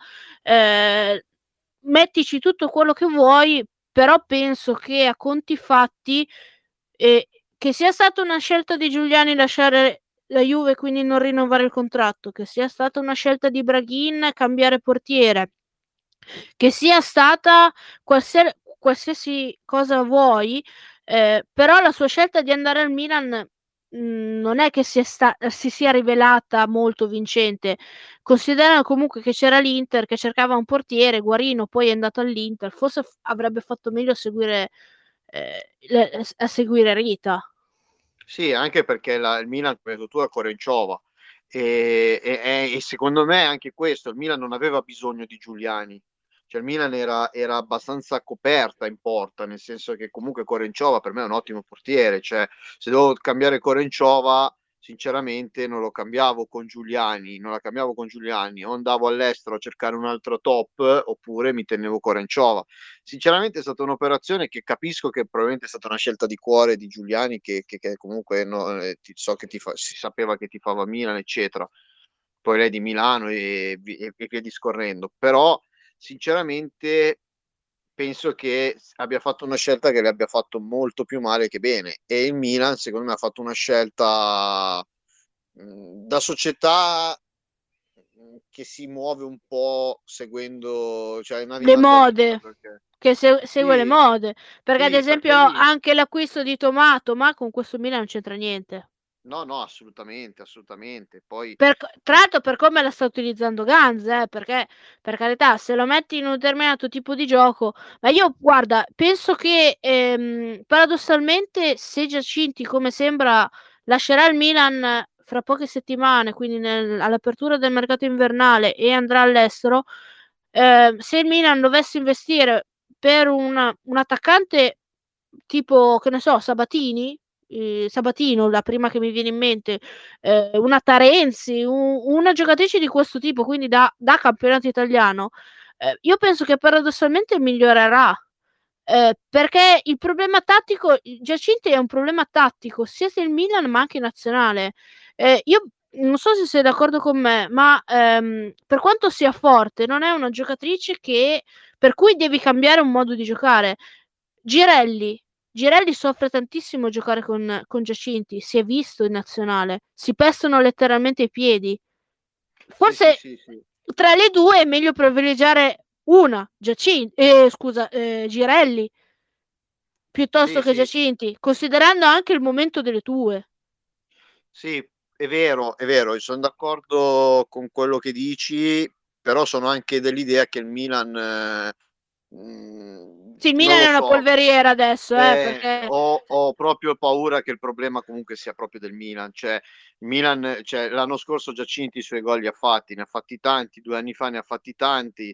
mettici tutto quello che vuoi, però penso che a conti fatti che sia stata una scelta di Giuliani lasciare la Juve e quindi non rinnovare il contratto, che sia stata una scelta di Braghin cambiare portiere, che sia stata qualsiasi cosa vuoi, però la sua scelta di andare al Milan non è che si sia rivelata molto vincente, considerando comunque che c'era l'Inter che cercava un portiere, Guarino poi è andato all'Inter, forse avrebbe fatto meglio a seguire Rita. Sì, anche perché il Milan, come hai detto tu, ha Korencova e secondo me anche questo, il Milan non aveva bisogno di Giuliani, cioè il Milan era abbastanza coperta in porta, nel senso che comunque Korencova per me è un ottimo portiere, cioè se devo cambiare Korencova, sinceramente non lo cambiavo con Giuliani, non la cambiavo con Giuliani, o andavo all'estero a cercare un altro top oppure mi tenevo Korencova. Sinceramente è stata un'operazione che capisco che probabilmente è stata una scelta di cuore di Giuliani che comunque no, so che si sapeva che tifava Milan, eccetera. poi lei di Milano e via discorrendo. Però sinceramente penso che abbia fatto una scelta che le abbia fatto molto più male che bene, e il Milan secondo me ha fatto una scelta, da società, che si muove un po' seguendo, cioè Le navigando a vista, mode, perché che segue le sì, mode, perché ad sì, esempio perché lì anche l'acquisto di Ma con questo Milan non c'entra niente. no, no, assolutamente, assolutamente. Poi Tra l'altro per come la sta utilizzando Ganz, perché per carità, se lo metti in un determinato tipo di gioco, ma io guarda, penso che paradossalmente se Giacinti, come sembra, lascerà il Milan fra poche settimane, quindi all'apertura del mercato invernale e andrà all'estero, se il Milan dovesse investire per un attaccante tipo, che ne so, Sabatino, la prima che mi viene in mente, una Tarenzi, una giocatrice di questo tipo, quindi da campionato italiano, io penso che paradossalmente migliorerà. Perché il problema tattico, Giacinti è un problema tattico sia del Milan ma anche nazionale. Io non so se sei d'accordo con me, ma per quanto sia forte, non è una giocatrice per cui devi cambiare un modo di giocare. Girelli, Girelli soffre tantissimo a giocare con Giacinti, si è visto in nazionale, si pestano letteralmente i piedi. sì, sì, Forse sì, sì. tra le due è meglio privilegiare una, Girelli, piuttosto Sì, che sì. Giacinti, considerando anche il momento delle tue. Sì, è vero, io son d'accordo con quello che dici, però sono anche dell'idea che il Milan, Sì, il non Milan lo è una so, polveriera adesso, perché ho proprio paura che il problema comunque sia proprio del Milan. Cioè, il Milan, cioè l'anno scorso Giacinti i suoi gol li ha fatti, ne ha fatti tanti, 2 anni fa ne ha fatti tanti,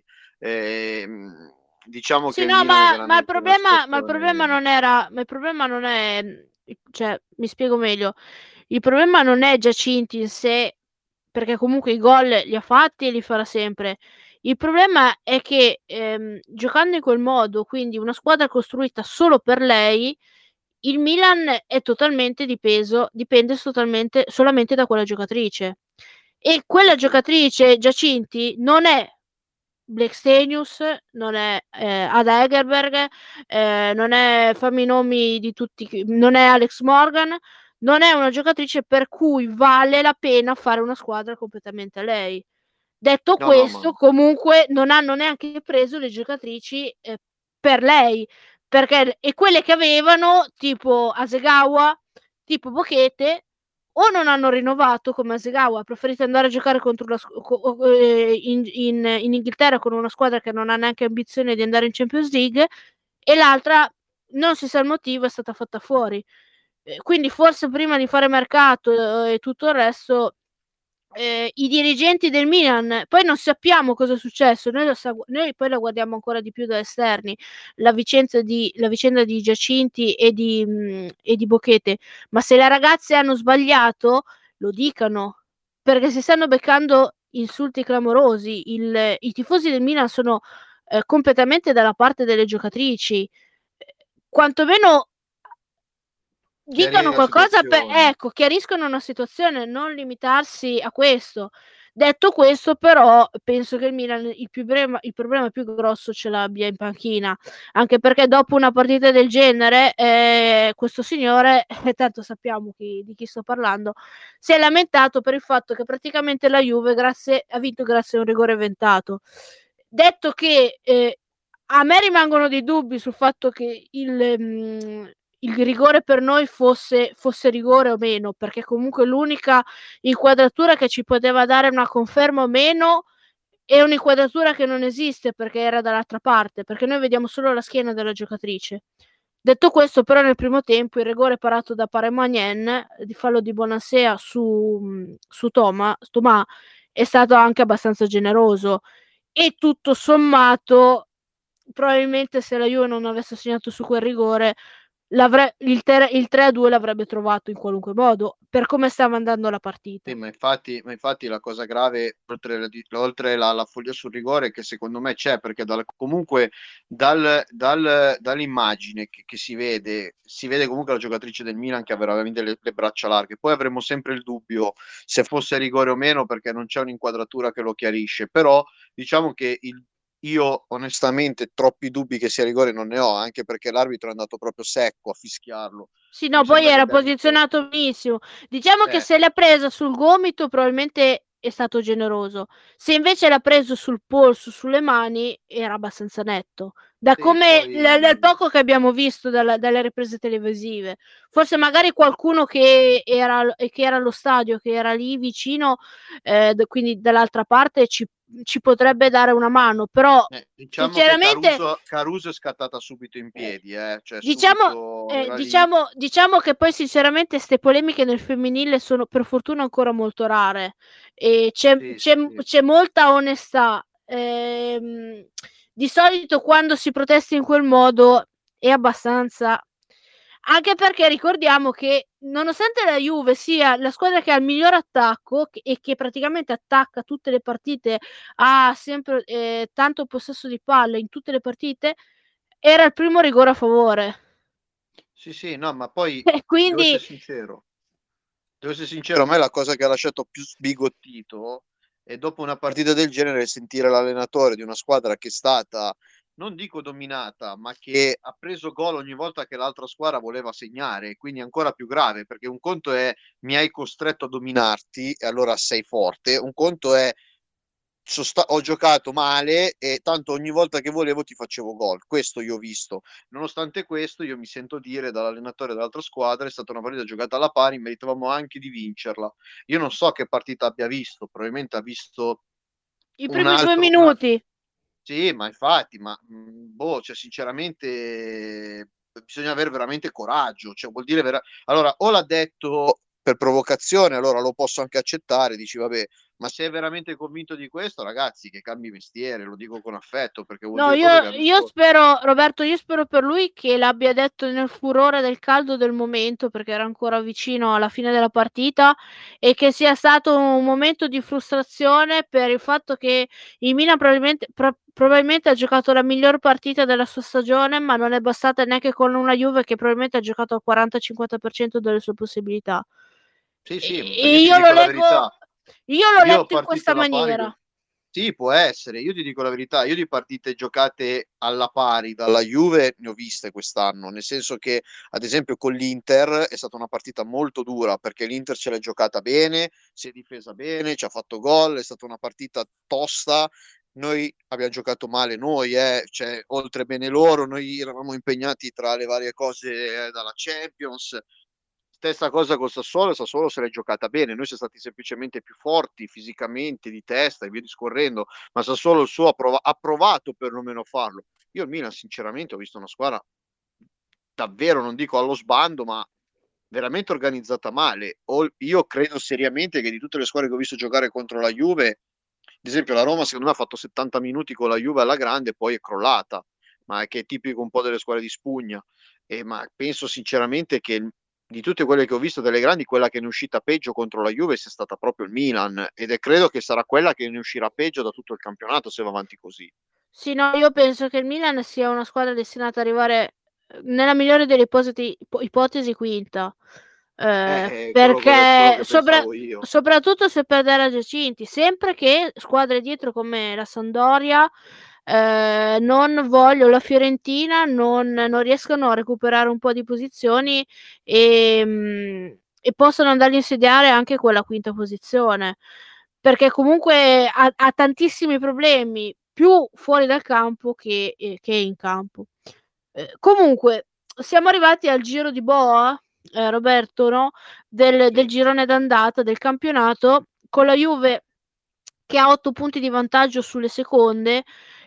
diciamo che sì, il no, Milan è ma veramente in una il problema situazione. non era, ma il problema non è, cioè, mi spiego meglio. Il problema non è Giacinti in sé, perché comunque i gol li ha fatti e li farà sempre. Il problema è che giocando in quel modo, quindi una squadra costruita solo per lei, il Milan è totalmente dipende totalmente, solamente da quella giocatrice. E Sì, quella sì. giocatrice, Giacinti, non è Blackstenius, non è Ada Egerberg, non è, fammi i nomi di tutti, non è Alex Morgan, non è una giocatrice per cui vale la pena fare una squadra completamente a lei. Detto No, no, ma questo, comunque non hanno neanche preso le giocatrici per lei, perché e quelle che avevano, tipo Hasegawa, tipo Bochete, o non hanno rinnovato come Hasegawa, preferite andare a giocare contro in Inghilterra con una squadra che non ha neanche ambizione di andare in Champions League, e l'altra non si sa il motivo, è stata fatta fuori. Quindi forse prima di fare mercato e tutto il resto, i dirigenti del Milan, poi non sappiamo cosa è successo, noi poi la guardiamo ancora di più da esterni, la vicenda di Giacinti e di Bochete, ma se le ragazze hanno sbagliato lo dicano, perché si stanno beccando insulti clamorosi, i tifosi del Milan sono completamente dalla parte delle giocatrici, quantomeno chiarire dicano la qualcosa, situazione. ecco, chiariscono una situazione, non limitarsi a questo. Detto questo, però, penso che il Milan il problema più grosso ce l'abbia in panchina, anche perché dopo una partita del genere, questo signore, tanto sappiamo di chi sto parlando, si è lamentato per il fatto che praticamente la Juve ha vinto grazie a un rigore ventato. Detto che a me rimangono dei dubbi sul fatto che il rigore per noi fosse rigore o meno, perché comunque l'unica inquadratura che ci poteva dare una conferma o meno è un'inquadratura che non esiste, perché era dall'altra parte, perché noi vediamo solo la schiena della giocatrice. Detto questo, però, nel primo tempo il rigore parato da Paremagnen di fallo di Bonasea su Thomas è stato anche abbastanza generoso, e tutto sommato probabilmente se la Juve non avesse segnato su quel rigore il 3-2 l'avrebbe trovato in qualunque modo, per come stava andando la partita. Sì, ma infatti la cosa grave, oltre la foglia sul rigore, che secondo me c'è, perché comunque dall'immagine che si vede comunque la giocatrice del Milan che avrà veramente le braccia larghe. Poi avremo sempre il dubbio se fosse rigore o meno, perché non c'è un'inquadratura che lo chiarisce. Però diciamo che io onestamente troppi dubbi che sia rigore non ne ho, anche perché l'arbitro è andato proprio secco a fischiarlo. Sì, Non no, mi poi sembra che era abbia visto. posizionato benissimo. Diciamo che se l'ha presa sul gomito probabilmente è stato generoso. Se invece l'ha preso sul polso, sulle mani, era abbastanza netto. Da Sì, come dal poi poco che abbiamo visto dalle riprese televisive. Forse magari qualcuno che era allo stadio, che era lì vicino, quindi dall'altra parte ci potrebbe dare una mano, però diciamo che sinceramente Caruso è scattata subito in eh, piedi, cioè Diciamo, subito era lì. diciamo che poi sinceramente queste polemiche nel femminile sono per fortuna ancora molto rare e Sì, sì, sì. c'è molta onestà. Di solito quando si protesta in quel modo è abbastanza... Anche perché ricordiamo che nonostante la Juve sia la squadra che ha il miglior attacco e che praticamente attacca tutte le partite, ha sempre tanto possesso di palla in tutte le partite, era il primo rigore a favore. Sì, sì, no, ma poi E devo quindi essere sincero. Devo essere sincero, a me la cosa che ha lasciato più sbigottito è dopo una partita del genere sentire l'allenatore di una squadra che è stata, non dico dominata, ma che ha preso gol ogni volta che l'altra squadra voleva segnare, quindi ancora più grave, perché un conto è mi hai costretto a dominarti e allora sei forte, un conto è ho giocato male e tanto ogni volta che volevo ti facevo gol. Questo io ho visto. Nonostante questo, io mi sento dire dall'allenatore dell'altra squadra: è stata una partita giocata alla pari, meritavamo anche di vincerla. Io non so che partita abbia visto, probabilmente ha visto i un primi due altro, una... minuti. Sì, ma infatti, ma boh, cioè, sinceramente bisogna avere veramente coraggio. Cioè, vuol dire allora, o l'ha detto per provocazione, allora lo posso anche accettare, dici vabbè, ma se è veramente convinto di questo, ragazzi, che cambi mestiere, lo dico con affetto, perché vuol No, dire proprio che ha io visto. spero, Roberto, io spero per lui che l'abbia detto nel furore del caldo del momento, perché era ancora vicino alla fine della partita, e che sia stato un momento di frustrazione per il fatto che il Milan probabilmente ha giocato la miglior partita della sua stagione, ma non è bastata neanche con una Juve che probabilmente ha giocato al 40-50% delle sue possibilità. Sì, sì, io E ti dico la verità. io l'ho Io letto in partite questa alla pari, maniera. sì, può essere. Io ti dico la verità, io di partite giocate alla pari dalla Juve ne ho viste quest'anno, nel senso che, ad esempio, con l'Inter è stata una partita molto dura perché l'Inter ce l'ha giocata bene, si è difesa bene, ci ha fatto gol, è stata una partita tosta. Noi abbiamo giocato male noi, cioè, oltre bene loro, noi eravamo impegnati tra le varie cose dalla Champions. Stessa cosa col Sassuolo, il Sassuolo se l'è giocata bene, noi siamo stati semplicemente più forti fisicamente, di testa e via discorrendo, ma Sassuolo il suo ha provato perlomeno a farlo. Io il Milan sinceramente ho visto una squadra davvero, non dico allo sbando, ma veramente organizzata male. Io credo seriamente che di tutte le squadre che ho visto giocare contro la Juve, ad esempio la Roma secondo me ha fatto 70 minuti con la Juve alla grande e poi è crollata, ma è che è tipico un po' delle squadre di spugna. Ma penso sinceramente che di tutte quelle che ho visto delle grandi, quella che ne è uscita peggio contro la Juve sia stata proprio il Milan ed è credo che sarà quella che ne uscirà peggio da tutto il campionato se va avanti così. Sì, no, io penso che il Milan sia una squadra destinata ad arrivare nella migliore delle ipotesi quinta. Quello Perché che pensavo io. soprattutto se perderà Giacinti, sempre che squadre dietro come la Sampdoria non voglio, la Fiorentina non riescano a recuperare un po' di posizioni e possono andargli a insediare anche quella quinta posizione. Perché comunque ha tantissimi problemi, più fuori dal campo che in campo. Comunque, siamo arrivati al giro di boa, Roberto, no? Del Sì. girone d'andata del campionato, con la Juve che ha 8 punti di vantaggio sulle seconde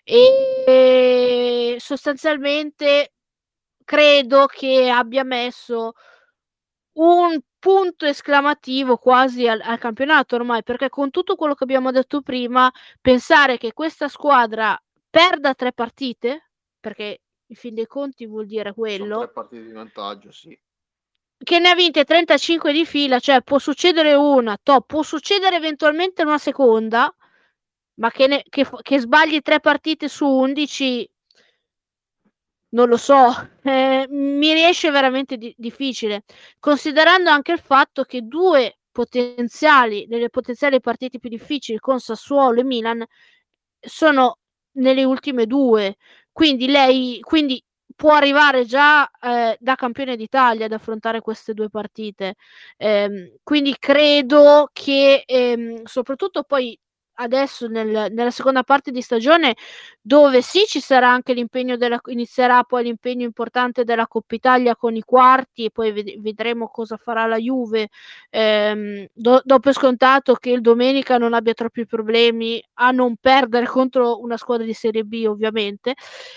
e sostanzialmente credo che abbia messo un punto esclamativo quasi al campionato ormai, perché con tutto quello che abbiamo detto prima, pensare che questa squadra perda 3 partite, perché in fin dei conti vuol dire quello. Sono 3 partite di vantaggio, sì. Che ne ha vinte 35 di fila, cioè può succedere una, può succedere eventualmente una seconda, ma che sbagli 3 partite su 11, non lo so, mi riesce veramente difficile, considerando anche il fatto che delle potenziali partite più difficili con Sassuolo e Milan sono nelle ultime 2, quindi può arrivare già da campione d'Italia ad affrontare queste 2 partite. Quindi credo che soprattutto poi adesso nella seconda parte di stagione, dove sì ci sarà anche l'impegno inizierà poi l'impegno importante della Coppa Italia con i quarti, e poi vedremo cosa farà la Juve. Dopo è scontato che il domenica non abbia troppi problemi a non perdere contro una squadra di Serie B, ovviamente.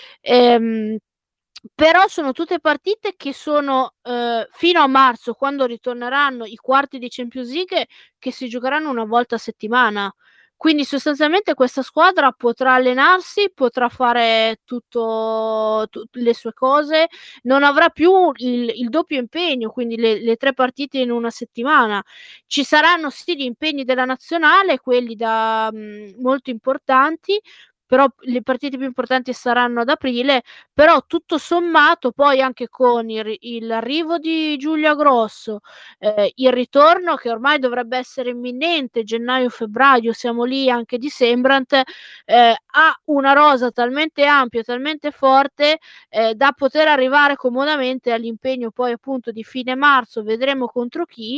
Però sono tutte partite che sono fino a marzo, quando ritorneranno i quarti di Champions League, che si giocheranno una volta a settimana. Quindi sostanzialmente questa squadra potrà allenarsi, potrà fare tutte le sue cose, non avrà più il doppio impegno, quindi le 3 partite in una settimana. Ci saranno sì gli impegni della nazionale, quelli molto importanti, però le partite più importanti saranno ad aprile. Però tutto sommato poi anche con l'arrivo di Giulia Grosso, il ritorno che ormai dovrebbe essere imminente, gennaio-febbraio, siamo lì anche di Sembrant, ha una rosa talmente ampia, talmente forte da poter arrivare comodamente all'impegno poi appunto di fine marzo, vedremo contro chi,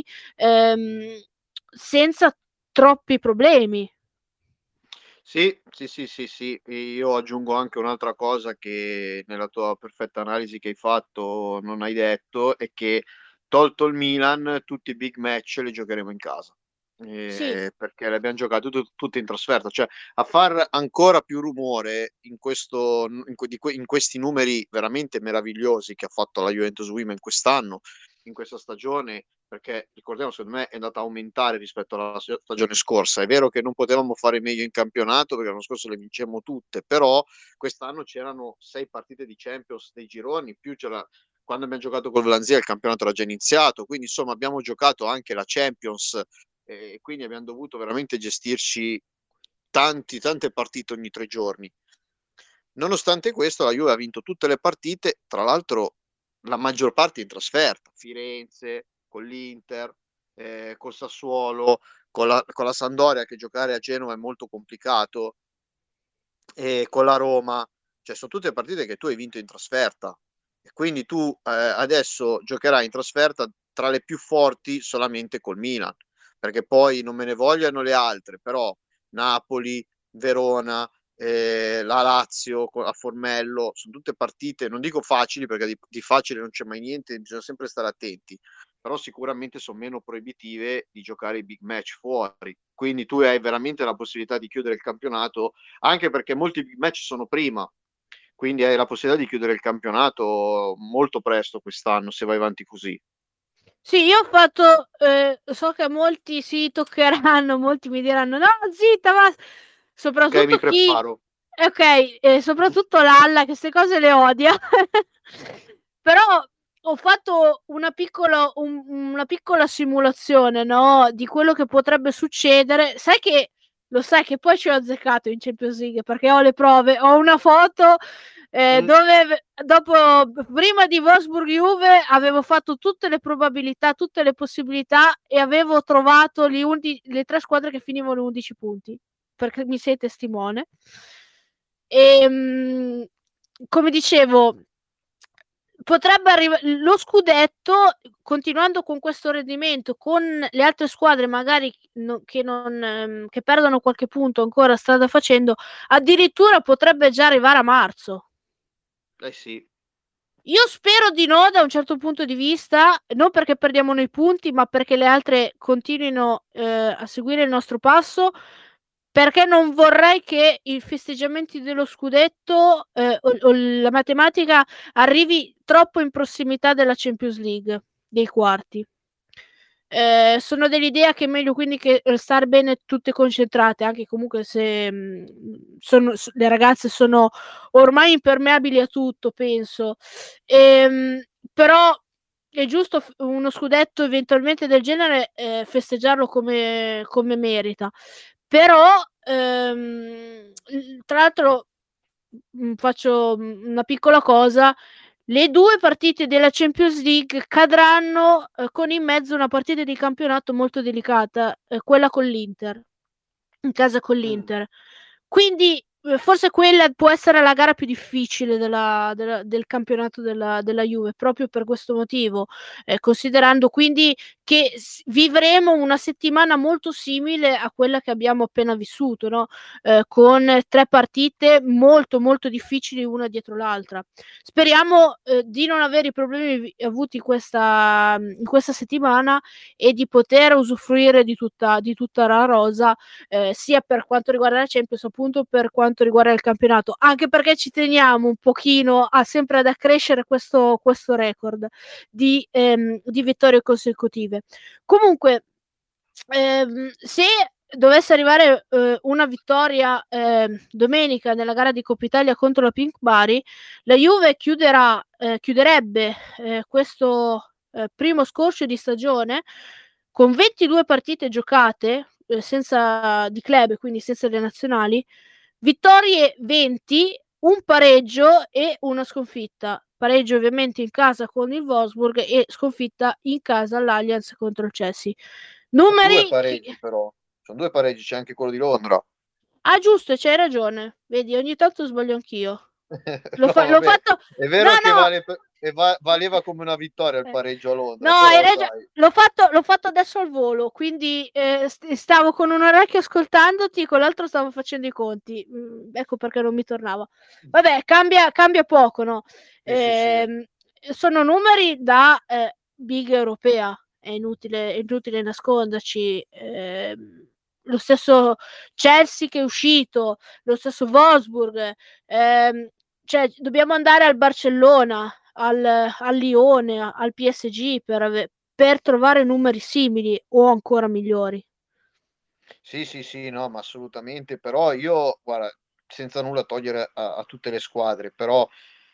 senza troppi problemi. Sì, io aggiungo anche un'altra cosa che nella tua perfetta analisi che hai fatto non hai detto, è che tolto il Milan, tutti i big match li giocheremo in casa. Sì. Perché li abbiam giocati tutti in trasferta, cioè a far ancora più rumore in questo in questi numeri veramente meravigliosi che ha fatto la Juventus Women quest'anno, in questa stagione, perché ricordiamo, secondo me è andata a aumentare rispetto alla stagione scorsa. È vero che non potevamo fare meglio in campionato perché l'anno scorso le vincemmo tutte, però quest'anno c'erano 6 partite di Champions dei gironi, più c'era quando abbiamo giocato col Valencia il campionato era già iniziato, quindi insomma abbiamo giocato anche la Champions, e quindi abbiamo dovuto veramente gestirci tante partite ogni 3 giorni. Nonostante questo la Juve ha vinto tutte le partite, tra l'altro la maggior parte in trasferta, Firenze, con l'Inter, col Sassuolo, con la Sampdoria, che giocare a Genova è molto complicato, e con la Roma, cioè son tutte partite che tu hai vinto in trasferta, e quindi tu, adesso giocherai in trasferta tra le più forti solamente col Milan, perché poi non me ne vogliano le altre, però Napoli, Verona, la Lazio a Formello, son tutte partite, non dico facili perché di facile non c'è mai niente, bisogna sempre stare attenti, però sicuramente son meno proibitive di giocare i big match fuori. Quindi tu hai veramente la possibilità di chiudere il campionato, anche perché molti big match sono prima, quindi hai la possibilità di chiudere il campionato molto presto quest'anno se vai avanti così. Sì, io ho fatto, so che molti si toccheranno, molti mi diranno: "No, zitta, Okay, soprattutto mi chi preparo. okay, soprattutto Lalla che 'ste cose le odia. Però ho fatto una piccola simulazione, no, di quello che potrebbe succedere. Lo sai che poi ci ho azzeccato in Champions League, perché ho le prove, ho una foto, dove prima di Wolfsburg Juve avevo fatto tutte le probabilità, tutte le possibilità, e avevo trovato le 3 squadre che finivano 11 punti, perché mi sei testimone. Come dicevo, potrebbe lo scudetto, continuando con questo rendimento, con le altre squadre magari che perdono qualche punto ancora strada facendo, addirittura potrebbe già arrivare a marzo. Eh sì. Io spero di no, da un certo punto di vista, non perché perdiamo noi punti, ma perché le altre continuino a seguire il nostro passo, perché non vorrei che i festeggiamenti dello scudetto, o la matematica arrivi troppo in prossimità della Champions League, dei quarti. sono dell'idea che è meglio quindi che stare bene tutte concentrate, anche comunque se le ragazze sono ormai impermeabili a tutto, penso. Però è giusto uno scudetto eventualmente del genere, festeggiarlo come merita. Però tra l'altro faccio una piccola cosa: le 2 partite della Champions League cadranno con in mezzo una partita di campionato molto delicata, quella con l'Inter, in casa con l'Inter. Quindi forse quella può essere la gara più difficile del campionato della Juve, proprio per questo motivo, considerando quindi che vivremo una settimana molto simile a quella che abbiamo appena vissuto, no? Con 3 partite molto molto difficili una dietro l'altra. Speriamo di non avere i problemi avuti in questa settimana e di poter usufruire di tutta la rosa, sia per quanto riguarda la Champions, appunto per quanto riguarda il campionato, anche perché ci teniamo un pochino sempre ad accrescere questo record di vittorie consecutive. Comunque, se dovesse arrivare una vittoria domenica nella gara di Coppa Italia contro la Pink Bari, la Juve chiuderebbe questo primo scorcio di stagione con 22 partite giocate, senza di club, quindi senza le nazionali, vittorie 20, un pareggio e una sconfitta. Pareggio ovviamente in casa con il Wolfsburg e sconfitta in casa all'Allianz contro il Chelsea. Numeri... 2 pareggi però, sono 2 pareggi, c'è anche quello di Londra. Ah, giusto, c'hai ragione. Vedi, ogni tanto sbaglio anch'io. L'ho fatto... È vero che valeva come una vittoria il pareggio a Londra. No, però, l'ho fatto adesso al volo, quindi stavo con un orecchio ascoltandoti, con l'altro stavo facendo i conti. Ecco perché non mi tornava. Vabbè, cambia poco, no? sì. Sono numeri da big europea, è inutile nasconderci. Lo stesso Chelsea che è uscito, lo stesso Wolfsburg, cioè dobbiamo andare al Barcellona, al Lione, al PSG per trovare numeri simili o ancora migliori. Sì, no, ma assolutamente. Però io, guarda, senza nulla togliere a tutte le squadre, però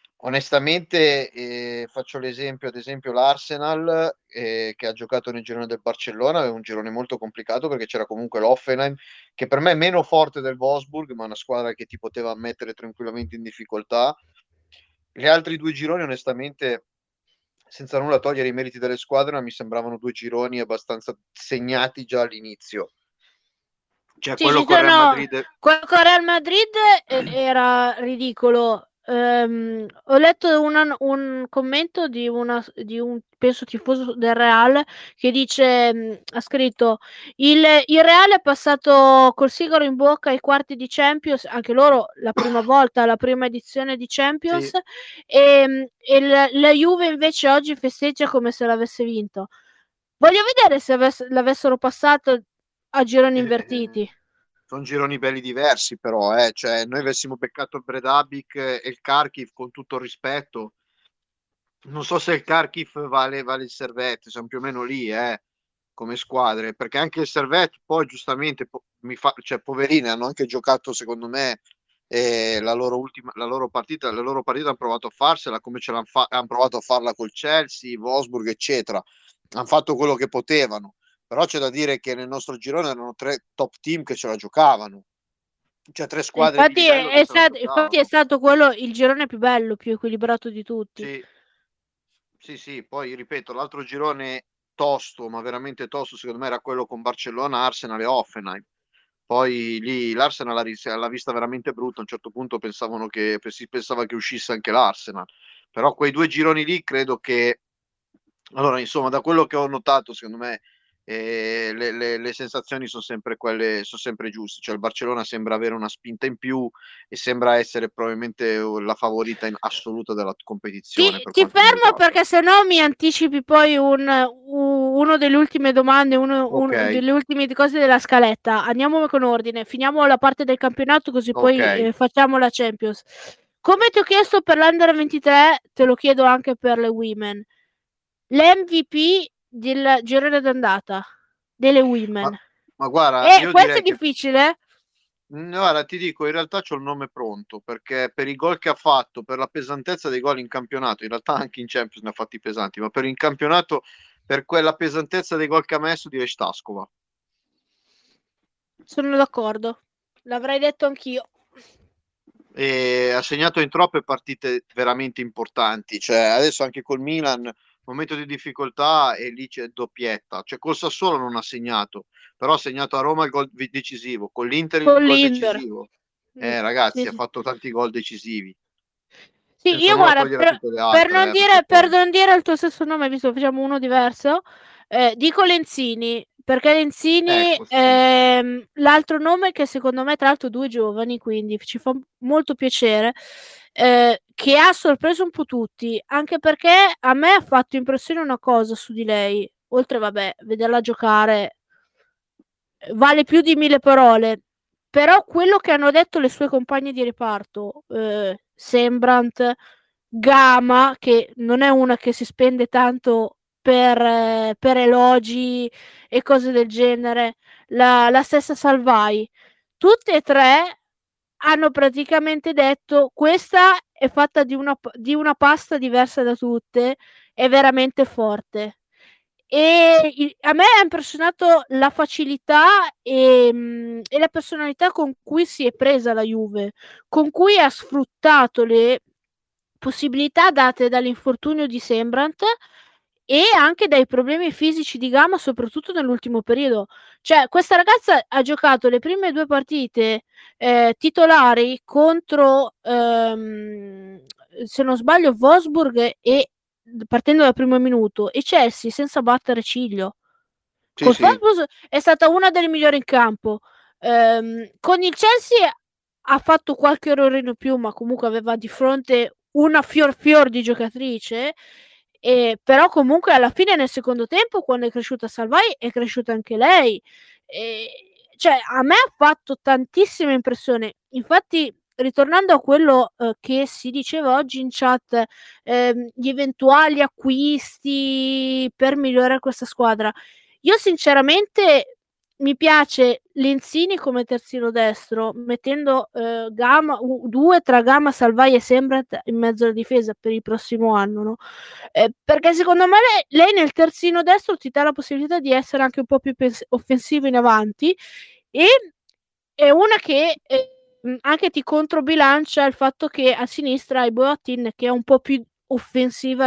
onestamente faccio l'esempio, ad esempio l'Arsenal che ha giocato nel girone del Barcellona, è un girone molto complicato perché c'era comunque l'Hoffenheim, che per me è meno forte del Wolfsburg, ma una squadra che ti poteva mettere tranquillamente in difficoltà. Gli altri 2 gironi, onestamente, senza nulla togliere i meriti delle squadre, ma mi sembravano 2 gironi abbastanza segnati già all'inizio. Cioè, Sì, quello con Real Madrid. Quello con Real Madrid era ridicolo. Ho letto un commento di un penso tifoso del Real che dice, ha scritto il Real è passato col sigaro in bocca ai quarti di Champions, anche loro la prima volta, la prima edizione di Champions, Sì. e la Juve invece oggi festeggia come se l'avesse vinto. Voglio vedere se l'avessero passato a gironi invertiti. Sono gironi belli diversi, però, cioè, noi avessimo beccato il Bredabic e il Kharkiv, con tutto il rispetto. Non so se il Kharkiv vale il Servette, siamo più o meno lì, come squadre, perché anche il Servette poi giustamente cioè, poverini, hanno anche giocato, secondo me, la loro partita hanno provato a farsela come hanno provato a farla col Chelsea, Wolfsburg, eccetera. Hanno fatto quello che potevano. Però c'è da dire che nel nostro girone erano 3 top team che ce la giocavano, cioè 3 squadre di livello che ce la giocavano. Infatti è stato quello il girone più bello, più equilibrato di tutti. Sì, poi ripeto, l'altro girone tosto, ma veramente tosto, secondo me era quello con Barcellona, Arsenal e Hoffenheim. Poi lì l'Arsenal l'ha vista veramente brutta, a un certo punto si pensava che uscisse anche l'Arsenal. Però quei 2 gironi lì credo che, allora, insomma, da quello che ho notato, secondo me le sensazioni sono sempre quelle, sono sempre giuste. Cioè, il Barcellona sembra avere una spinta in più e sembra essere probabilmente la favorita in assoluta della competizione. Ti fermo perché sennò mi anticipi poi uno delle ultime domande, Okay. delle ultime cose della scaletta. Andiamo con ordine, finiamo la parte del campionato così poi facciamo la Champions. Come ti ho chiesto per l'Under 23, te lo chiedo anche per le Women. L'MVP del girone d'andata delle women. Ma guarda, E io questo è direi che difficile. guarda, ti dico, in realtà c'ho il nome pronto, perché per i gol che ha fatto, per la pesantezza dei gol in campionato, in realtà anche in Champions ne ha fatti pesanti, ma per il campionato, per quella pesantezza dei gol che ha messo, direi Staskova. Sono d'accordo. L'avrei detto anch'io. E ha segnato in troppe partite veramente importanti, cioè adesso anche col Milan momento di difficoltà e lì c'è doppietta, cioè col Sassuolo non ha segnato, però ha segnato a Roma il gol decisivo, con l'Inter il Con gol l'Inter. decisivo. Sì, Ragazzi, ha sì. fatto tanti gol decisivi, Sì, senza io nulla guarda, togliere a tutte le altre, perché per poi non dire il tuo stesso nome, visto che facciamo uno diverso, dico Lenzini, perché Lenzini ecco sì. l'altro nome che secondo me, tra l'altro, due giovani, quindi ci fa molto piacere, che ha sorpreso un po' tutti, anche perché a me ha fatto impressione una cosa su di lei, oltre, vabbè, vederla giocare vale più di 1000 parole. Però quello che hanno detto le sue compagne di reparto, Sembrant, Gama, che non è una che si spende tanto per elogi e cose del genere, la stessa Salvai, tutte e tre hanno praticamente detto questa è fatta di una pasta diversa da tutte, è veramente forte. E a me ha impressionato la facilità e la personalità con cui si è presa la Juve, con cui ha sfruttato le possibilità date dall'infortunio di Sembrant e anche dai problemi fisici di Gama, soprattutto nell'ultimo periodo. Cioè, questa ragazza ha giocato le prime due partite titolari contro, se non sbaglio, Wolfsburg e partendo dal primo minuto, e Chelsea senza battere ciglio. Sì, Col sì, Wolfsburg è stata una delle migliori in campo. Con il Chelsea ha fatto qualche errore in più, ma comunque aveva di fronte una fior di giocatrice. Però comunque alla fine nel secondo tempo, quando è cresciuta Salvai, è cresciuta anche lei. E, cioè, a me ha fatto tantissima impressione. Infatti, ritornando a quello che si diceva oggi in chat, gli eventuali acquisti per migliorare questa squadra. Io sinceramente mi piace Lenzini come terzino destro, mettendo Gama, due tra Gama, Salvai e Sembrat in mezzo alla difesa per il prossimo anno, no? Perché secondo me lei nel terzino destro ti dà la possibilità di essere anche un po' più offensiva in avanti e è una che anche ti controbilancia il fatto che a sinistra hai Boatin che è un po' più offensiva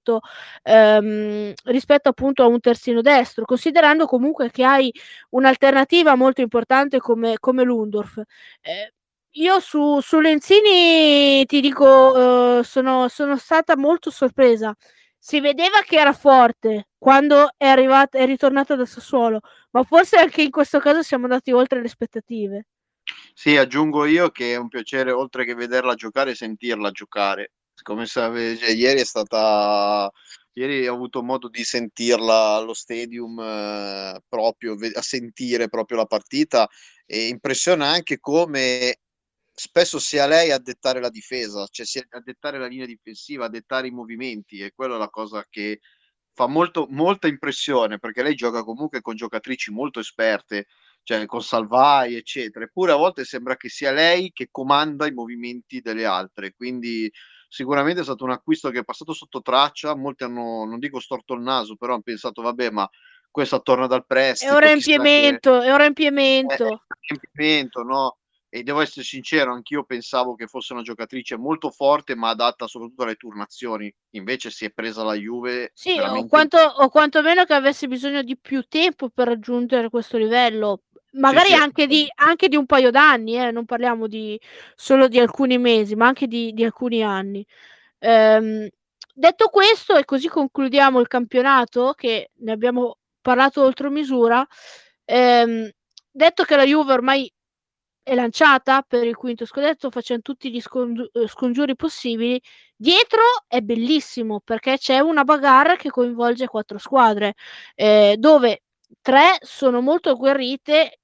rispetto appunto a un terzino destro, considerando comunque che hai un'alternativa molto importante come Lundorf. Io su Lenzini ti dico, sono stata molto sorpresa. Si vedeva che era forte quando è ritornata da Sassuolo, ma forse anche in questo caso siamo andati oltre le aspettative. sì, aggiungo io che è un piacere, oltre che vederla giocare, sentirla giocare. Come cioè, ieri è stata. Ieri ho avuto modo di sentirla allo stadium, proprio a sentire proprio la partita e impressiona anche come spesso sia lei a dettare la difesa, cioè sia a dettare la linea difensiva, a dettare i movimenti e quella è la cosa che fa molta impressione perché lei gioca comunque con giocatrici molto esperte, cioè con Salvai, eccetera. Eppure a volte sembra che sia lei che comanda i movimenti delle altre. Quindi sicuramente è stato un acquisto che è passato sotto traccia. Molti hanno, non dico storto il naso, però hanno pensato, vabbè, ma questa torna dal prestito, chissà che È un è riempimento. un riempimento, no? E devo essere sincero, anch'io pensavo che fosse una giocatrice molto forte, ma adatta soprattutto alle turnazioni. Invece si è presa la Juve Sì, veramente. o quantomeno che avesse bisogno di più tempo per raggiungere questo livello, Sì, magari sì, assolutamente. anche di un paio d'anni, non parliamo solo di alcuni mesi, ma anche di alcuni anni. Ehm, detto questo, e così concludiamo il campionato, che ne abbiamo parlato oltre misura, detto che la Juve ormai è lanciata per il quinto scudetto, facendo tutti gli scongiuri possibili. Dietro è bellissimo perché c'è una bagarre che coinvolge 4 squadre, dove 3 sono molto agguerrite e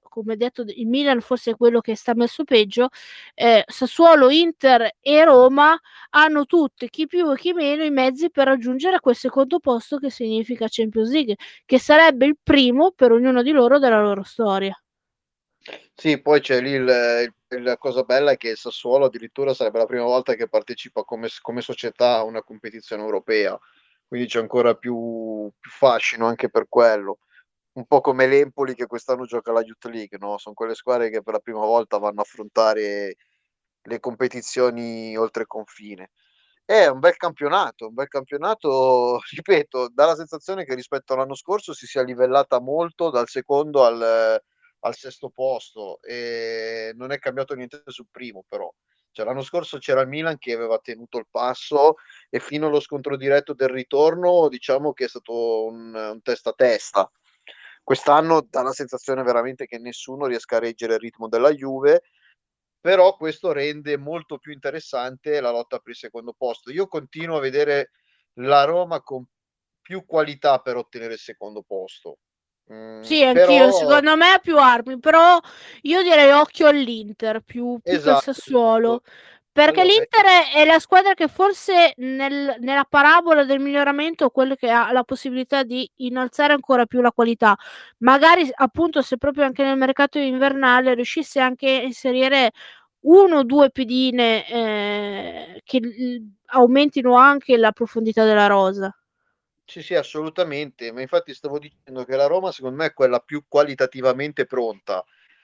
come detto, il Milan forse è quello che sta messo peggio, Sassuolo, Inter e Roma hanno tutte, chi più e chi meno, i mezzi per raggiungere quel secondo posto che significa Champions League, che sarebbe il primo per ognuno di loro della loro storia. Sì, poi c'è lì la cosa bella è che il Sassuolo addirittura sarebbe la prima volta che partecipa come società a una competizione europea, quindi c'è ancora più fascino anche per quello. Un po' come l'Empoli che quest'anno gioca la Youth League, no? Sono quelle squadre che per la prima volta vanno a affrontare le competizioni oltre confine. È un bel campionato, ripeto, dà la sensazione che rispetto all'anno scorso si sia livellata molto dal secondo al sesto posto e non è cambiato niente sul primo però. Cioè, l'anno scorso c'era il Milan che aveva tenuto il passo e fino allo scontro diretto del ritorno diciamo che è stato un testa a testa. Quest'anno dà la sensazione veramente che nessuno riesca a reggere il ritmo della Juve, però questo rende molto più interessante la lotta per il secondo posto. Io continuo a vedere la Roma con più qualità per ottenere il secondo posto. Sì, anch'io, Però secondo me ha più armi, però io direi occhio all'Inter più che al esatto, Sassuolo, esatto. perché Allora, l'Inter è la squadra che forse nella parabola del miglioramento è quella che ha la possibilità di innalzare ancora più la qualità. Magari appunto se proprio anche nel mercato invernale riuscisse anche a inserire uno o due pedine che aumentino anche la profondità della rosa. sì, sì, assolutamente, ma infatti stavo dicendo che la Roma secondo me è quella più qualitativamente pronta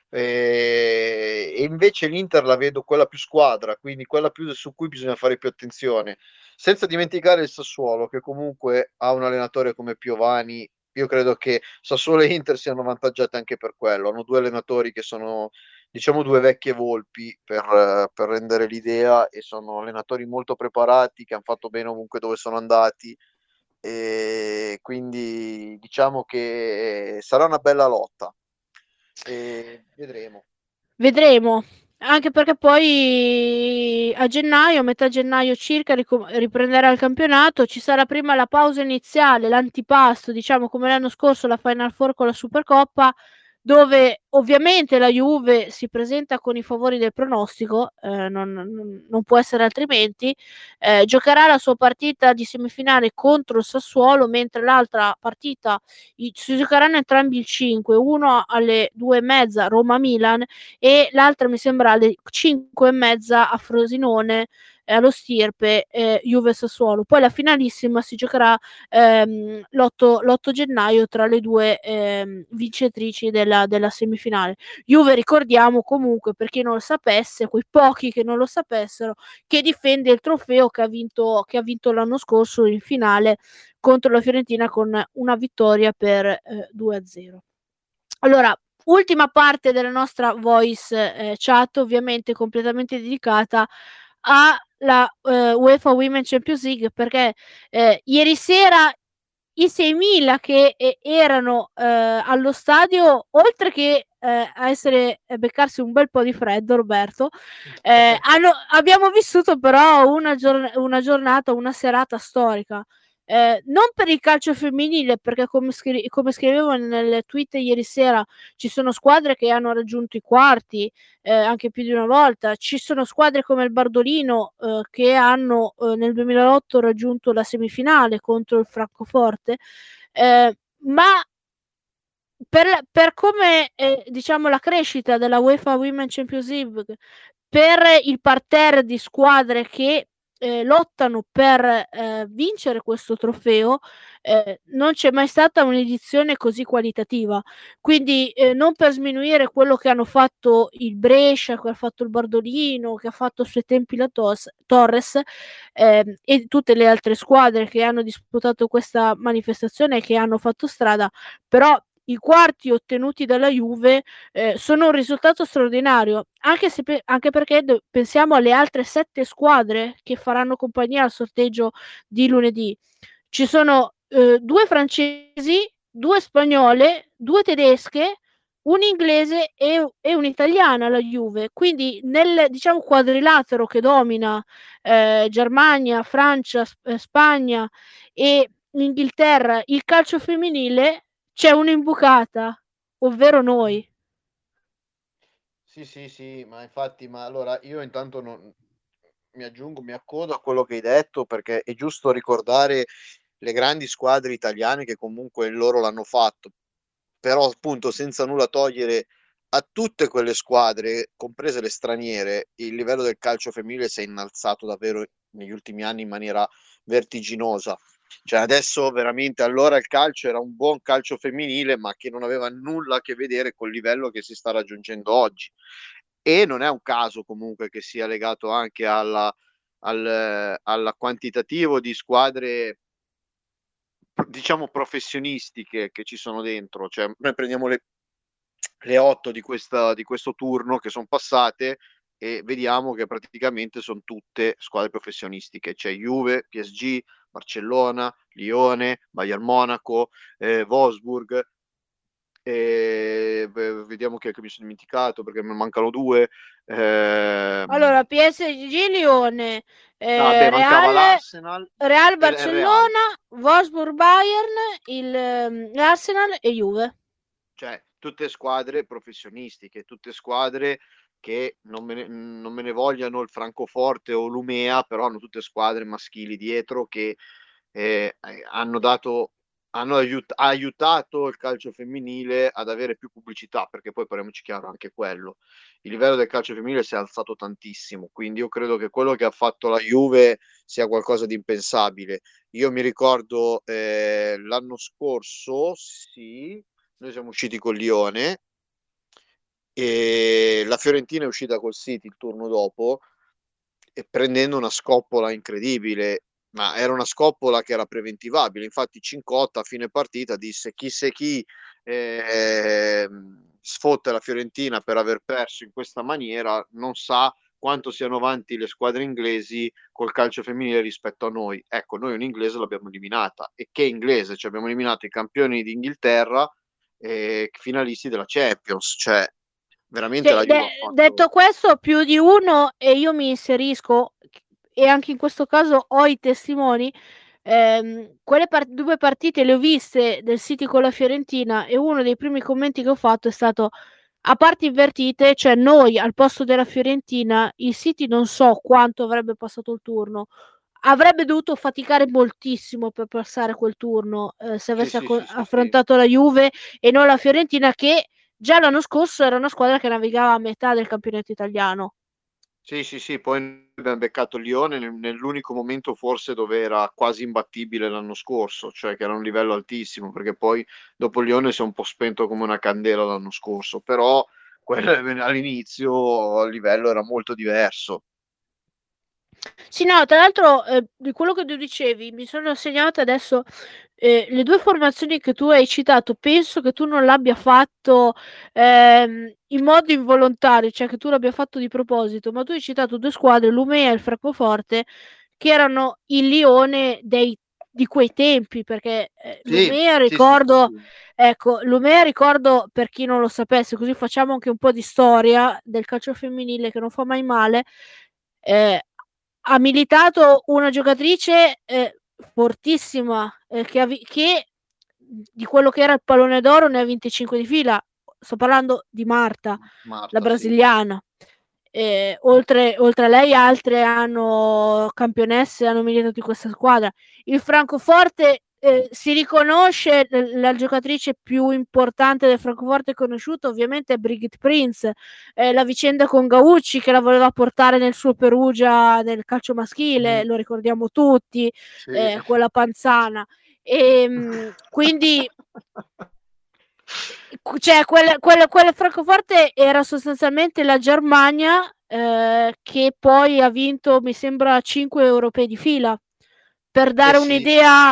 e invece l'Inter la vedo quella più squadra, quindi quella più su cui bisogna fare più attenzione, senza dimenticare il Sassuolo che comunque ha un allenatore come Piovani. Io credo che Sassuolo e Inter siano avvantaggiate anche per quello, hanno due allenatori che sono diciamo due vecchie volpi per rendere l'idea e sono allenatori molto preparati che hanno fatto bene ovunque dove sono andati e quindi diciamo che sarà una bella lotta e vedremo. Vedremo, anche perché poi a gennaio, a metà gennaio circa, riprenderà il campionato. Ci sarà prima la pausa iniziale, l'antipasto, diciamo come l'anno scorso, la Final Four con la Supercoppa, dove ovviamente la Juve si presenta con i favori del pronostico, non può essere altrimenti. Giocherà la sua partita di semifinale contro il Sassuolo, mentre l'altra partita si giocheranno entrambi il 5, uno alle 2:30 Roma-Milan e l'altra mi sembra alle 5:30 a Frosinone, allo Stirpe, Juve Sassuolo. Poi la finalissima si giocherà l'8 gennaio tra le due vincitrici della semifinale. Juve, ricordiamo comunque, per chi non lo sapesse, quei pochi che non lo sapessero, che difende il trofeo che ha vinto l'anno scorso in finale contro la Fiorentina con una vittoria per 2-0. Allora, ultima parte della nostra voice chat, ovviamente completamente dedicata alla UEFA Women Champions League, perché ieri sera i 6.000 che erano allo stadio, oltre che a beccarsi un bel po' di freddo, Roberto, abbiamo vissuto però una giornata, una serata storica. Non per il calcio femminile, perché come scrivevo nel tweet ieri sera, ci sono squadre che hanno raggiunto i quarti anche più di una volta. Ci sono squadre come il Bardolino che hanno nel 2008 raggiunto la semifinale contro il Francoforte, ma per come diciamo la crescita della UEFA Women Champions League, per il parterre di squadre che lottano per vincere questo trofeo, non c'è mai stata un'edizione così qualitativa. Quindi non per sminuire quello che hanno fatto il Brescia, che ha fatto il Bardolino, che ha fatto a suoi tempi la Torres e tutte le altre squadre che hanno disputato questa manifestazione e che hanno fatto strada, però i quarti ottenuti dalla Juve sono un risultato straordinario, anche perché pensiamo alle altre 7 squadre che faranno compagnia al sorteggio di lunedì. Ci sono 2 francesi, 2 spagnole, 2 tedesche, un inglese e un'italiana alla Juve. Quindi nel diciamo quadrilatero che domina Germania, Francia, Spagna e Inghilterra, il calcio femminile c'è un'imbucata, ovvero noi. Sì, ma infatti, ma allora io intanto non mi accodo a quello che hai detto, perché è giusto ricordare le grandi squadre italiane che comunque loro l'hanno fatto. Però appunto senza nulla togliere a tutte quelle squadre, comprese le straniere, il livello del calcio femminile si è innalzato davvero negli ultimi anni in maniera vertiginosa. Cioè adesso veramente allora il calcio era un buon calcio femminile, ma che non aveva nulla a che vedere col livello che si sta raggiungendo oggi. E non è un caso comunque che sia legato anche al quantitativo di squadre diciamo professionistiche che ci sono dentro. Cioè noi prendiamo le 8 di questo turno che son passate e vediamo che praticamente son tutte squadre professionistiche. C'è Juve, PSG, Barcellona, Lione, Bayern Monaco, Wolfsburg, vediamo chi è che mi son dimenticato perché me ne mancano 2. Allora, PSG Lione, Beh, mancava Real, l'Arsenal Real e il Real. Barcellona, Wolfsburg Bayern, l'Arsenal e Juve. Cioè, tutte squadre professionistiche, tutte squadre che non me ne vogliano il Francoforte o l'Umea, però hanno tutte squadre maschili dietro che, hanno dato ha aiutato il calcio femminile ad avere più pubblicità, perché poi parliamoci chiaro, anche quello. Il livello del calcio femminile si è alzato tantissimo, quindi io credo che quello che ha fatto la Juve sia qualcosa di impensabile. Io mi ricordo, l'anno scorso sì, noi siamo usciti col Lione e la Fiorentina è uscita col City il turno dopo e prendendo una scoppola incredibile, ma era una scoppola che era preventivabile. Infatti Cincotta a fine partita disse: "Chi se chi, sfotta la Fiorentina per aver perso in questa maniera, non sa quanto siano avanti le squadre inglesi col calcio femminile rispetto a noi". Ecco, noi un inglese l'abbiamo eliminata. E che inglese? Cioè abbiamo eliminato i campioni d'Inghilterra, finalisti della Champions, cioè veramente la Sì, Juve ha detto fatto questo, più di uno, e io mi inserisco, e anche in questo caso ho i testimoni. Quelle 2 partite le ho viste del City con la Fiorentina e uno dei primi commenti che ho fatto è stato: a parti invertite, cioè noi al posto della Fiorentina, il City non so quanto avrebbe passato il turno. Avrebbe dovuto faticare moltissimo per passare quel turno, se sì, avesse sì. affrontato la Juve e non la Fiorentina, che già l'anno scorso era una squadra che navigava a metà del campionato italiano. Sì, poi abbiam beccato il Lione nell'unico momento forse dove era quasi imbattibile l'anno scorso, cioè che era un livello altissimo, perché poi dopo il Lione si è un po' spento come una candela l'anno scorso, però quel all'inizio il livello era molto diverso. Sì, no, tra l'altro, di quello che tu dicevi, mi sono segnata adesso, le 2 formazioni che tu hai citato, penso che tu non l'abbia fatto, in modo involontario, cioè che tu l'abbia fatto di proposito, ma tu hai citato 2 squadre, l'Umea e il Francoforte, che erano il Lione di quei tempi, perché, l'Umea ricordo, Sì. ecco, l'Umea ricordo, per chi non lo sapesse, così facciamo anche un po' di storia del calcio femminile che non fa mai male. Ehm, Ha militato una giocatrice, fortissima, che di quello che era il Pallone d'Oro ne ha vinte 5 di fila. Sto parlando di Marta, la Marta, sì. brasiliana. Oltre a lei altre campionesse hanno militato in questa squadra. Il Francoforte, si riconosce la giocatrice più importante del Francoforte conosciuta ovviamente è Brigitte Prinz, la vicenda con Gaucci che la voleva portare nel suo Perugia nel calcio maschile, Mh, lo ricordiamo tutti, sì. quella panzana. Quindi cioè quel Francoforte era sostanzialmente la Germania, che poi ha vinto, mi sembra, 5 europei di fila, per Eh dare sì. un'idea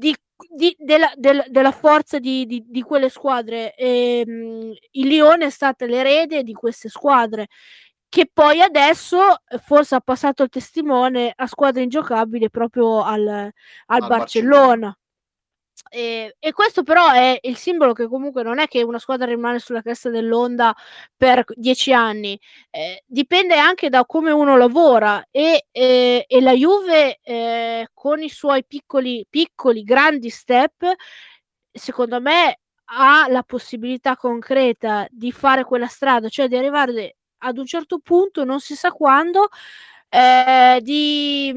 della forza di quelle squadre. Il Lione è stata l'erede di queste squadre, che poi adesso, forse ha passato il testimone a squadre ingiocabili proprio al Al Barcellona. Barcellona. E questo però è il simbolo che comunque non è che una squadra rimane sulla cresta dell'onda per 10 anni, dipende anche da come uno lavora e la Juve, con i suoi piccoli grandi step, secondo me ha la possibilità concreta di fare quella strada, cioè di arrivare ad un certo punto, non si sa quando, di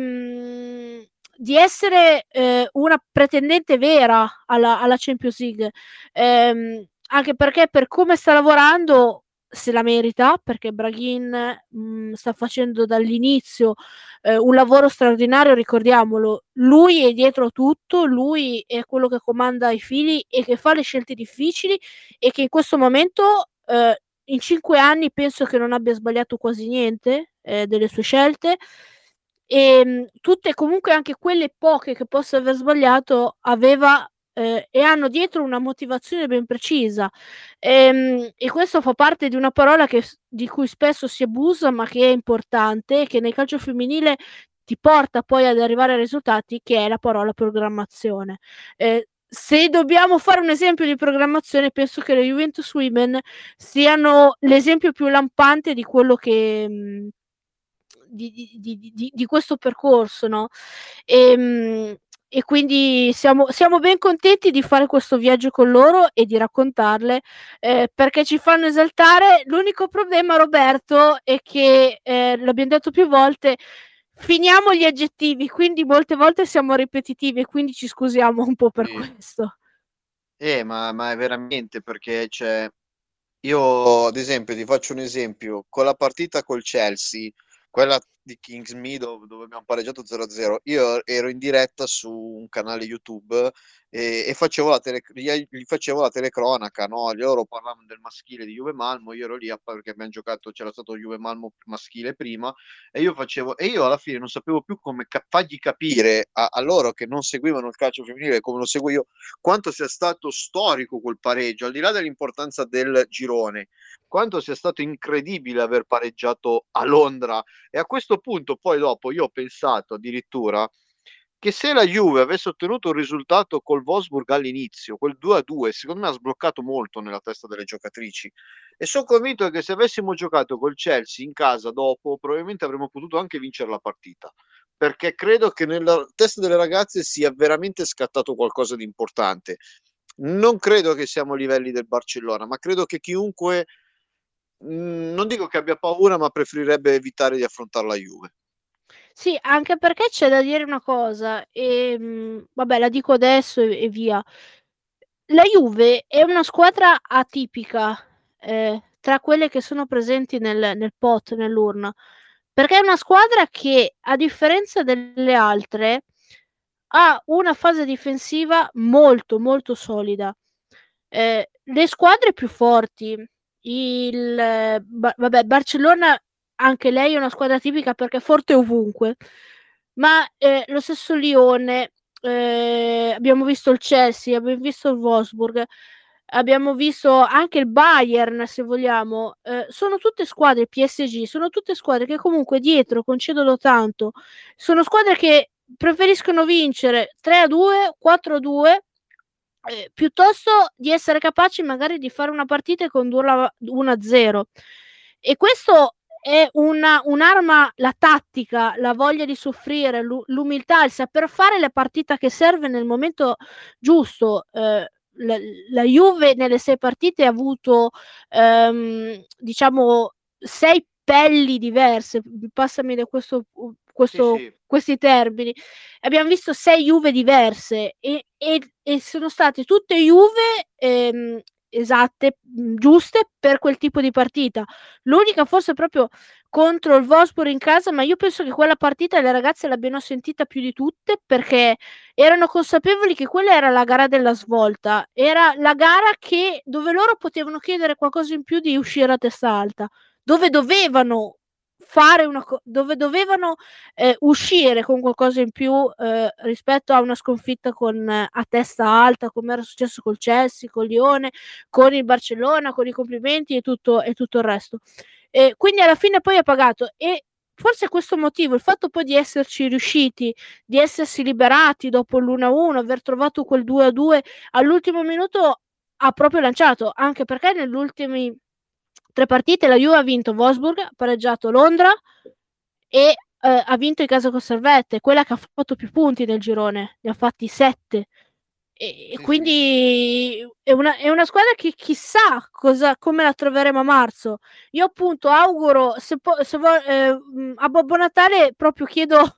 essere una pretendente vera alla Champions League. Anche perché per come sta lavorando se la merita, perché Braghin sta facendo dall'inizio un lavoro straordinario, ricordiamolo. Lui è dietro a tutto, lui è quello che comanda i fili e che fa le scelte difficili, e che in questo momento in 5 anni penso che non abbia sbagliato quasi niente delle sue scelte, e tutte, comunque anche quelle poche che possa aver sbagliato, aveva e hanno dietro una motivazione ben precisa, e questo fa parte di una parola di cui spesso si abusa, ma che è importante, che nel calcio femminile ti porta poi ad arrivare ai risultati, che è la parola programmazione. Se dobbiamo fare un esempio di programmazione, penso che le Juventus Women siano l'esempio più lampante di quello che di questo percorso, no? E quindi siamo ben contenti di fare questo viaggio con loro e di raccontarle, perché ci fanno esaltare. L'unico problema, Roberto, è che l'abbiamo detto più volte, finiamo gli aggettivi, quindi molte volte siamo ripetitivi e quindi ci scusiamo un po' per Sì. questo. Ma è veramente perché, cioè, io ad esempio ti faccio un esempio, con la partita col Chelsea, quella di Kingsmead dove abbiam pareggiato 0-0, io ero in diretta su un canale YouTube e facevo gli facevo la telecronaca, no, loro parlavano del maschile di Juve Malmo, io ero lì perché abbiam giocato, c'era stato Juve Malmo maschile prima, e io alla fine non sapevo più come fargli capire a loro che non seguivano il calcio femminile come lo seguo io, quanto sia stato storico quel pareggio, al di là dell'importanza del girone, quanto sia stato incredibile aver pareggiato a Londra. E a questo punto poi dopo io ho pensato addirittura che se la Juve avesse ottenuto un risultato col Wolfsburg all'inizio, quel 2-2, secondo me ha sbloccato molto nella testa delle giocatrici, e son convinto che se avessimo giocato col Chelsea in casa dopo, probabilmente avremmo potuto anche vincere la partita, perché credo che nella testa delle ragazze sia veramente scattato qualcosa di importante. Non credo che siamo a livelli del Barcellona, ma credo che chiunque, non dico che abbia paura, ma preferirebbe evitare di affrontar la Juve. Sì, anche perché c'è da dire una cosa, vabbè, la dico adesso e via. La Juve è una squadra atipica, tra quelle che sono presenti nel pot, nell'urna, perché è una squadra che, a differenza delle altre, ha una fase difensiva molto, molto solida. Le squadre più forti, vabbè, Barcellona anche lei è una squadra tipica perché è forte ovunque, ma lo stesso Lione, abbiamo visto il Chelsea, abbiamo visto il Wolfsburg, abbiamo visto anche il Bayern, se vogliamo, sono tutte squadre, PSG, sono tutte squadre che comunque dietro concedono tanto, sono squadre che preferiscono vincere 3-2, 4-2, piuttosto di essere capaci magari di fare una partita e condurla 1-0. E questo è un'arma, la tattica, la voglia di soffrire, l'umiltà, il saper fare la partita che serve nel momento giusto. La Juve nelle 6 partite ha avuto, diciamo 6 pelli diverse, passami da Sì, sì. questi termini. Abbiam visto 6 Juve diverse e sono state tutte Juve, esatte, giuste per quel tipo di partita. L'unica forse proprio contro il Wolfsburg in casa, ma io penso che quella partita le ragazze l'abbiano sentita più di tutte, perché erano consapevoli che quella era la gara della svolta, era la gara dove loro potevano chiedere qualcosa in più di uscire a testa alta, dove dovevano dove dovevano uscire con qualcosa in più rispetto a una sconfitta a testa alta, come era successo col Chelsea, col Lione, con il Barcellona, con i complimenti e tutto il resto. Quindi alla fine poi ha pagato, e forse questo motivo, il fatto poi di esserci riusciti, di essersi liberati dopo l'1-1, aver trovato quel 2-2 all'ultimo minuto, ha proprio lanciato, anche perché negli ultimi 3 partite la Juve ha vinto Wolfsburg, ha pareggiato Londra e ha vinto in casa con Servette, quella che ha fatto più punti nel girone, ne ha fatti 7. E Sì, sì. quindi è una squadra che chissà come la troveremo a marzo. Io appunto auguro, a Babbo Natale proprio chiedo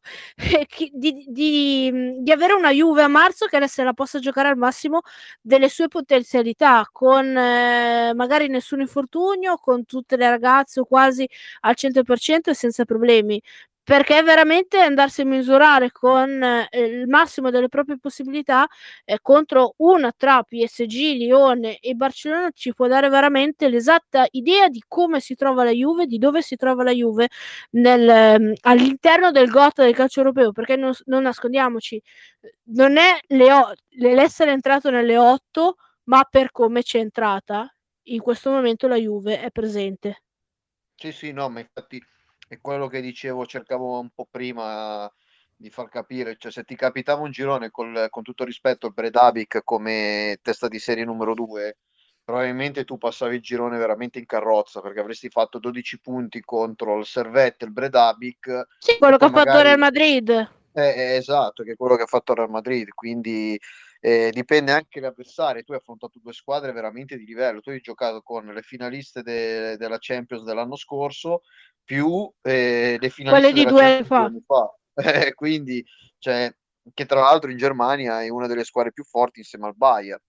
di avere una Juve a marzo che se la possa giocare al massimo delle sue potenzialità, con magari nessun infortunio, con tutte le ragazze o quasi al 100% e senza problemi. Perché veramente andarsi a misurare con il massimo delle proprie possibilità contro una tra PSG, Lione e Barcellona ci può dare veramente l'esatta idea di come si trova la Juve, di dove si trova la Juve all'interno del GOT del calcio europeo, perché non nascondiamoci, non è l'essere entrato nelle 8, ma per come c'è entrata, in questo momento la Juve è presente. Sì, sì, no, ma infatti è quello che dicevo, cercavo un po' prima di far capire, cioè se ti capitava un girone con tutto rispetto il Bredavic come testa di serie numero 2, probabilmente tu passavi il girone veramente in carrozza perché avresti fatto 12 punti contro il Servette, il Bredavic Sì, e quello che poi ha fatto Real magari Madrid. esatto, che è quello che ha fatto il Real Madrid, quindi dipende anche dall'avversario. Tu hai affrontato due squadre veramente di livello. Tu hai giocato con le finaliste della Champions dell'anno scorso più le Quelle finaliste di della 2 anni Champions due fa. anni fa. Quindi, cioè, che tra l'altro in Germania è una delle squadre più forti insieme al Bayern.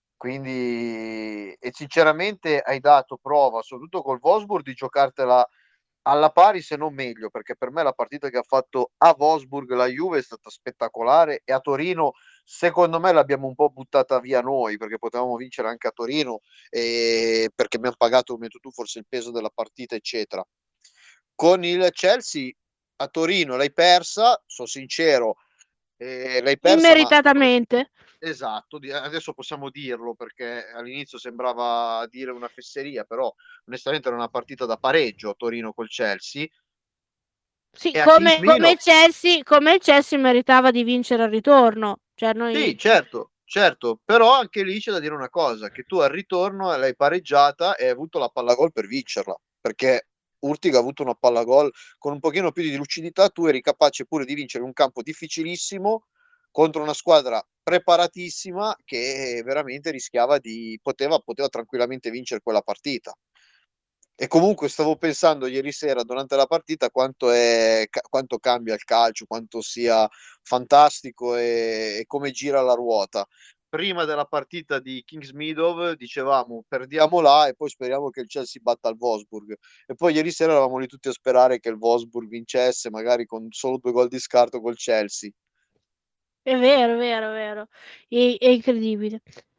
Quindi, e sinceramente hai dato prova, soprattutto col Wolfsburg, di giocartela alla pari, se non meglio, perché per me la partita che ha fatto a Wolfsburg la Juve è stata spettacolare e a Torino, secondo me, l'abbiamo un po' buttata via noi, perché potevamo vincere anche a Torino, perché abbiamo pagato, come hai detto tu, forse il peso della partita, eccetera. Con il Chelsea a Torino l'hai persa, sono sincero, l'hai persa, ma Immeritatamente. esatto, adesso possiamo dirlo perché all'inizio sembrava dire una fesseria, però onestamente era una partita da pareggio a Torino col Chelsea Sì, e a Kings Milan. Come il Chelsea meritava di vincere al ritorno. Cioè noi Sì, certo, certo, però anche lì c'è da dire una cosa, che tu al ritorno l'hai pareggiata e hai avuto la palla gol per vincerla, perché Urtiga ha avuto una palla gol con un pochino più di lucidità, tu eri capace pure di vincere un campo difficilissimo contro una squadra preparatissima che veramente poteva tranquillamente vincere quella partita. E comunque stavo pensando ieri sera durante la partita quanto cambia il calcio, quanto sia fantastico e come gira la ruota. Prima della partita di Kings Meadow dicevamo perdiamo là e poi speriamo che il Chelsea batta il Wolfsburg. E poi ieri sera eravamo lì tutti a sperare che il Wolfsburg vincesse, magari con solo 2 gol di scarto col Chelsea. è vero, è vero, è vero. È incredibile.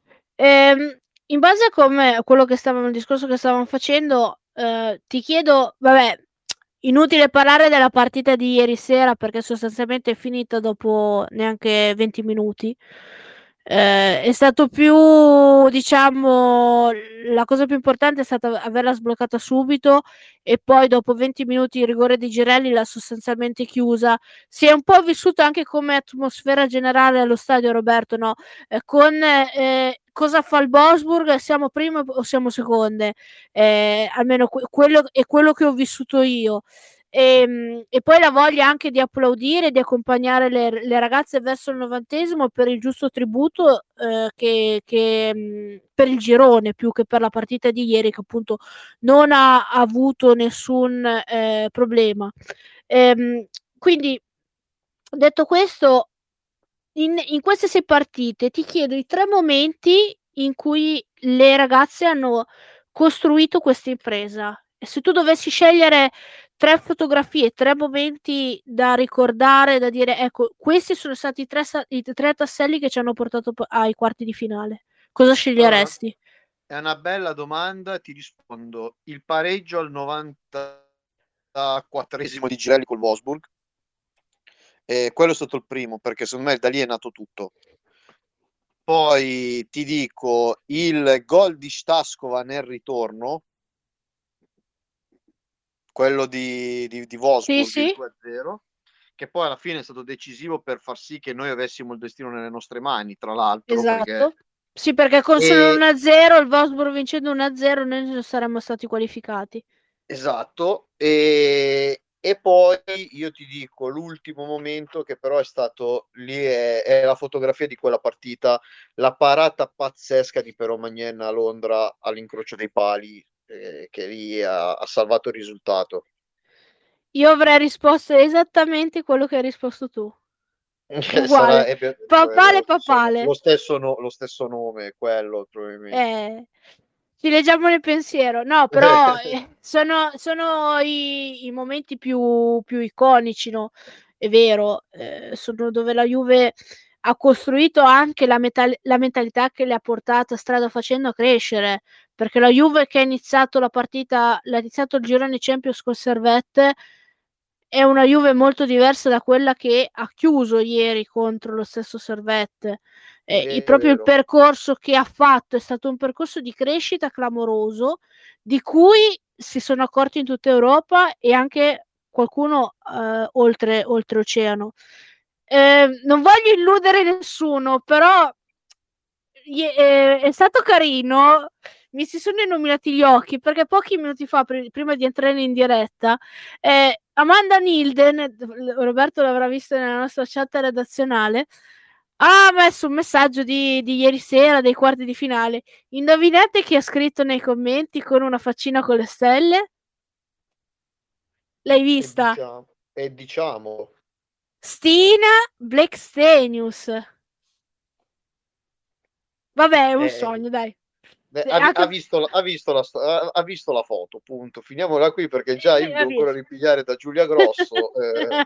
In base a quello che stavamo, il discorso che stavamo facendo, ti chiedo, vabbè, inutile parlare della partita di ieri sera perché sostanzialmente è finita dopo neanche 20 minuti. È stato più, diciamo, la cosa più importante è stata averla sbloccata subito e poi dopo 20 minuti il rigore di Girelli l'ha sostanzialmente chiusa. Si è un po' vissuto anche come atmosfera generale allo stadio, Roberto, no? Con cosa fa il Wolfsburg? Siamo prime o siamo seconde? Almeno quello è quello che ho vissuto io. E poi la voglia anche di applaudire, di accompagnare le ragazze verso il 90° per il giusto tributo per il girone più che per la partita di ieri che appunto non ha avuto nessun problema. Quindi detto questo, in queste 6 partite ti chiedo i 3 momenti in cui le ragazze hanno costruito questa impresa. E se tu dovessi scegliere 3 fotografie, 3 momenti da ricordare, da dire: "Ecco, questi sono stati i 3 tasselli che ci hanno portato ai quarti di finale." Cosa Allora, sceglieresti? è una bella domanda, ti rispondo. Il pareggio al 94esimo di Girelli col Wolfsburg. Quello è stato il primo, perché secondo me da lì è nato tutto. Poi ti dico il gol di Staskova nel ritorno, quello di Sì, Wolfsburg, il sì, 2-0, che poi alla fine è stato decisivo per far sì che noi avessimo il destino nelle nostre mani, tra l'altro, perché esatto. Sì, perché con solo e, 1-0, il Wolfsburg vincendo 1-0 noi non saremmo stati qualificati. esatto, E poi io ti dico l'ultimo momento che però è stato lì, è la fotografia di quella partita, la parata pazzesca di Pero Magnen a Londra all'incrocio dei pali, che lì ha salvato il risultato. Io avrei risposto esattamente quello che hai risposto tu. Sarà Uguale. Papale, lo papale. stesso, lo stesso nome, quello probabilmente. Ci leggiamo nel pensiero. No, però sono i momenti più iconici, no? È vero, sono dove la Juve ha costruito anche la mentalità che le ha portato strada facendo a crescere. Perché la Juve che ha iniziato la partita, l'ha iniziato il girone Champions col Servette, è una Juve molto diversa da quella che ha chiuso ieri contro lo stesso Servette. È Proprio il vero. percorso che ha fatto è stato un percorso di crescita clamoroso, di cui si sono accorti in tutta Europa e anche qualcuno oltreoceano. Non voglio illudere nessuno, però è stato carino. Mi si sono illuminati gli occhi perché pochi minuti fa, prima di entrare in diretta, Amanda Nilden, Roberto l'avrà visto nella nostra chat redazionale, ha messo un messaggio di ieri sera dei quarti di finale. Indovinate chi ha scritto nei commenti con una faccina con le stelle? L'hai vista? E diciamo, Stina Blackstenius. Vabbè, è un eh, sogno, dai. ha Anche... visto, ha visto la foto, punto. Finiamola qui perché già io mi devo ancora ripigliare da Giulia Grosso.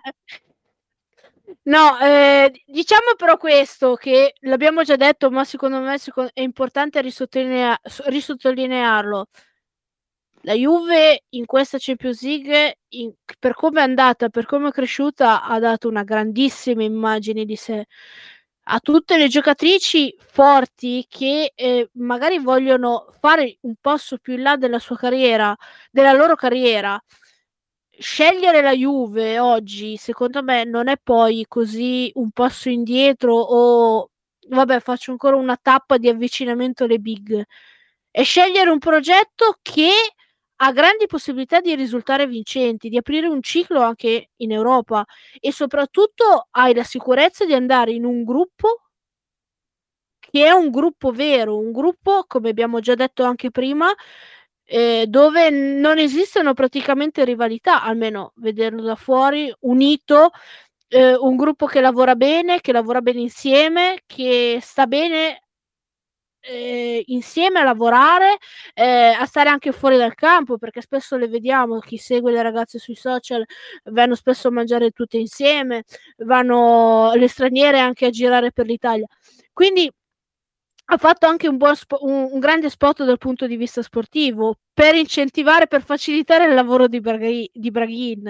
No, diciamo però questo, che l'abbiamo già detto, ma secondo me è importante risottolinearlo. La Juve in questa Champions League, per come è andata, per come è cresciuta, ha dato una grandissima immagine di sé a tutte le giocatrici forti che magari vogliono fare un passo più in là della sua carriera, della loro carriera. Scegliere la Juve oggi, secondo me, non è poi così un passo indietro o vabbè, faccio ancora una tappa di avvicinamento alle big. È scegliere un progetto che ha grandi possibilità di risultare vincenti, di aprire un ciclo anche in Europa e soprattutto hai la sicurezza di andare in un gruppo che è un gruppo vero, un gruppo, come abbiamo già detto anche prima, dove non esistono praticamente rivalità, almeno vederlo da fuori, unito, un gruppo che lavora bene insieme, che sta bene insieme a lavorare, a stare anche fuori dal campo, perché spesso le vediamo, chi segue le ragazze sui social, vanno spesso a mangiare tutte insieme, vanno le straniere anche a girare per l'Italia. Quindi ha fatto anche un grande spot dal punto di vista sportivo per incentivare, per facilitare il lavoro di Braghin.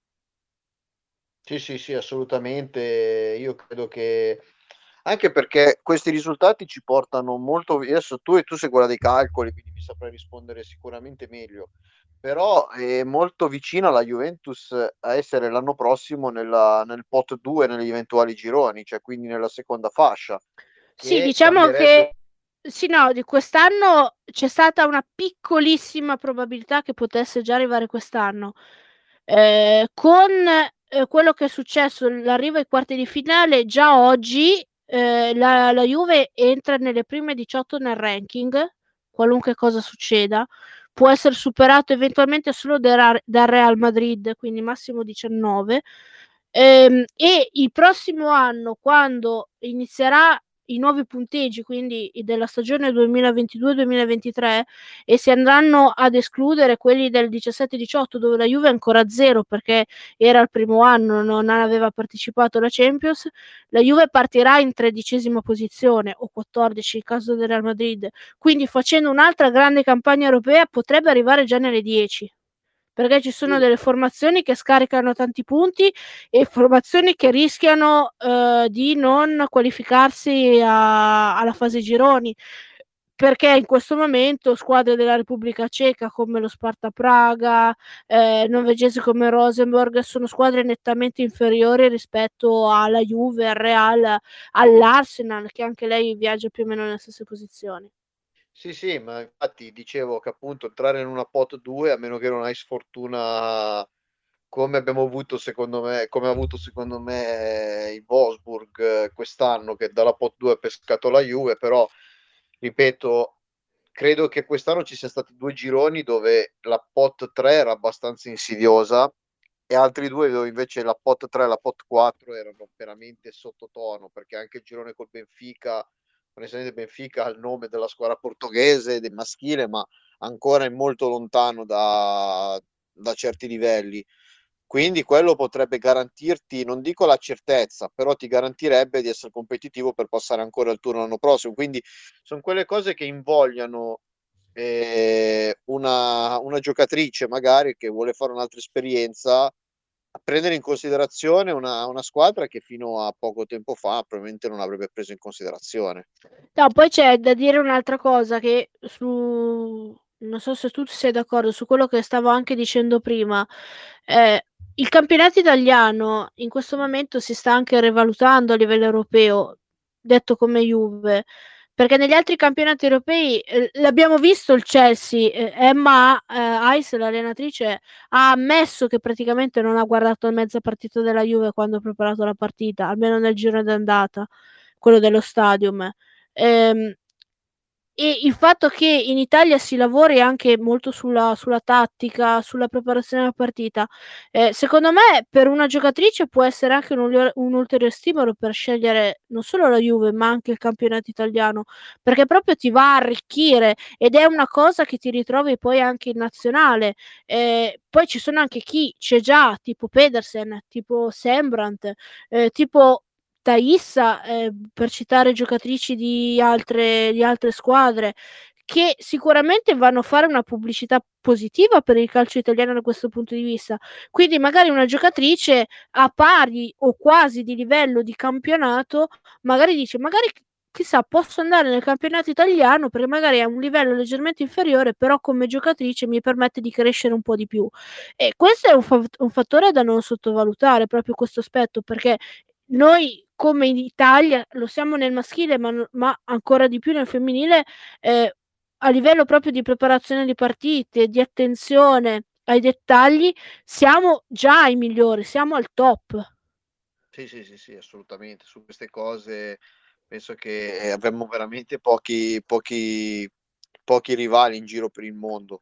Sì, sì, sì, assolutamente. Io credo che anche perché questi risultati ci portano molto. Adesso tu sei quella dei calcoli, quindi mi saprai rispondere sicuramente meglio. Però è molto vicina la Juventus a essere l'anno prossimo nel pot 2 negli eventuali gironi, cioè quindi nella seconda fascia, Sì, che diciamo cambierebbe. che sì, no, di quest'anno c'è stata una piccolissima probabilità che potesse già arrivare quest'anno. Con quello che è successo, l'arrivo ai quarti di finale, già oggi la Juve entra nelle prime 18 nel ranking, qualunque cosa succeda. Può essere superato eventualmente solo dal Real Madrid, quindi massimo 19. E il prossimo anno, quando inizierà i nuovi punteggi, quindi della stagione 2022-2023, e si andranno ad escludere quelli del 17-18, dove la Juve è ancora a zero perché era il primo anno, non aveva partecipato alla Champions, la Juve partirà in 13ª posizione o 14 in caso del Real Madrid, quindi facendo un'altra grande campagna europea potrebbe arrivare già nelle 10, perché ci sono Sì, delle formazioni che scaricano tanti punti e formazioni che rischiano di non qualificarsi alla fase gironi, perché in questo momento squadre della Repubblica Ceca come lo Sparta Praga, norvegesi come Rosenborg, sono squadre nettamente inferiori rispetto alla Juve, al Real, all'Arsenal, che anche lei viaggia più o meno nelle stesse posizioni. sì, sì, ma infatti dicevo che appunto entrare in una pot 2, a meno che non hai sfortuna come abbiamo avuto secondo me, come ha avuto secondo me il Wolfsburg quest'anno, che dalla pot 2 ha pescato la Juve, però ripeto, credo che quest'anno ci siano stati 2 gironi dove la pot 3 era abbastanza insidiosa e altri 2 dove invece la pot 3 e la pot 4 erano veramente sottotono, perché anche il girone col Benfica, onestamente Benfica ha il nome della squadra portoghese, del maschile, ma ancora è molto lontano da certi livelli. Quindi quello potrebbe garantirti, non dico la certezza, però ti garantirebbe di essere competitivo per passare ancora al turno l'anno prossimo. Quindi sono quelle cose che invogliano una giocatrice magari che vuole fare un'altra esperienza a prendere in considerazione una squadra che fino a poco tempo fa probabilmente non avrebbe preso in considerazione. No, poi c'è da dire un'altra cosa che non so se tu sei d'accordo su quello che stavo anche dicendo prima. Il campionato italiano in questo momento si sta anche rivalutando a livello europeo, detto come Juve, perché negli altri campionati europei l'abbiamo visto il Chelsea, Emma Heiss, l'allenatrice, ha ammesso che praticamente non ha guardato mezza partita della Juve quando ha preparato la partita, almeno nel giro d'andata, quello dello stadium. Ehm, e il fatto che in Italia si lavori anche molto sulla tattica, sulla preparazione della partita, secondo me per una giocatrice può essere anche un ulteriore stimolo per scegliere non solo la Juve, ma anche il campionato italiano, perché proprio ti va a arricchire ed è una cosa che ti ritrovi poi anche in nazionale. Poi ci sono anche chi c'è già, tipo Pedersen, tipo Sembrant, tipo Thaissa, per citare giocatrici di altre squadre, che sicuramente vanno a fare una pubblicità positiva per il calcio italiano da questo punto di vista. Quindi magari una giocatrice a pari o quasi di livello di campionato, magari dice, magari chissà, posso andare nel campionato italiano perché magari è un livello leggermente inferiore, però come giocatrice mi permette di crescere un po' di più. E questo è un fattore da non sottovalutare, proprio questo aspetto, perché noi come in Italia lo siamo nel maschile, ma ancora di più nel femminile, a livello proprio di preparazione di partite, di attenzione ai dettagli, siamo già i migliori, siamo al top. Sì, sì, sì, sì, assolutamente. Su queste cose penso che avremmo veramente pochi rivali in giro per il mondo.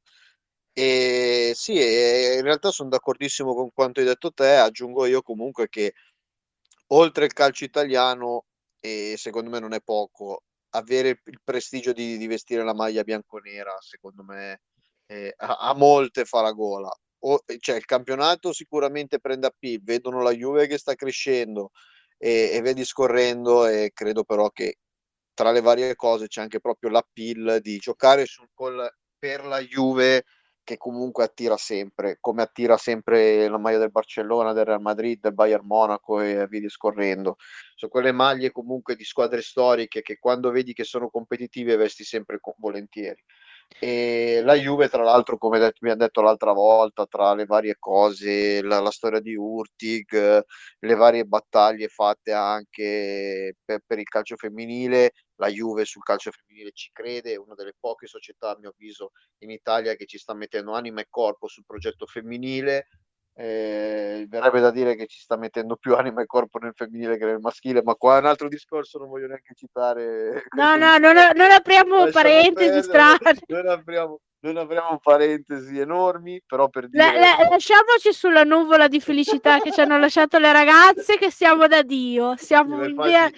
E sì, in realtà sono d'accordissimo con quanto hai detto te. Aggiungo io comunque che oltre il calcio italiano, e secondo me non è poco, avere il prestigio di vestire la maglia bianconera, secondo me, a molte fa la gola. Cioè, il campionato sicuramente prende appeal, vedono la Juve che sta crescendo e via discorrendo, e credo però che tra le varie cose c'è anche proprio l'appeal di giocare per la Juve, che comunque attira sempre, come attira sempre la maglia del Barcellona, del Real Madrid, del Bayern Monaco e via discorrendo. Sono quelle maglie comunque di squadre storiche che quando vedi che sono competitive vesti sempre volentieri. E la Juve, tra l'altro, come mi ha detto l'altra volta, tra le varie cose, la storia di Hurtig, le varie battaglie fatte anche per il calcio femminile, la Juve sul calcio femminile ci crede, è una delle poche società, a mio avviso, in Italia che ci sta mettendo anima e corpo sul progetto femminile. Verrebbe da dire che ci sta mettendo più anima e corpo nel femminile che nel maschile, ma qua è un altro discorso, non voglio neanche citare No, questo no, discorso. non apriamo Lasciamo parentesi perdere, strane. non apriamo parentesi enormi, però per dire, ecco. Lasciamoci sulla nuvola di felicità che ci hanno lasciato le ragazze, che siamo da Dio, Sì, siamo ma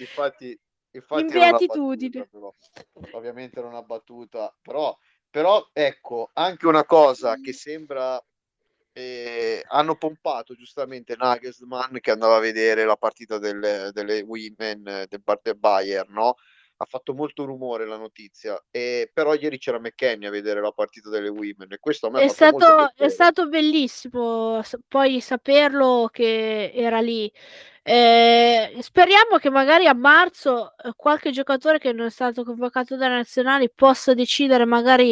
in infatti era una battuta, beatitudine. però. Ovviamente era una battuta, però ecco, anche una cosa che sembra hanno pompato giustamente Nagelsmann che andava a vedere la partita delle women del Bayern, no? Ha fatto molto rumore la notizia, però ieri c'era McKennie a vedere la partita delle women e questo a me ha fatto molto È piacere. stato bellissimo poi saperlo che era lì. Speriamo che magari a marzo qualche giocatore che non è stato convocato dalle nazionali possa decidere magari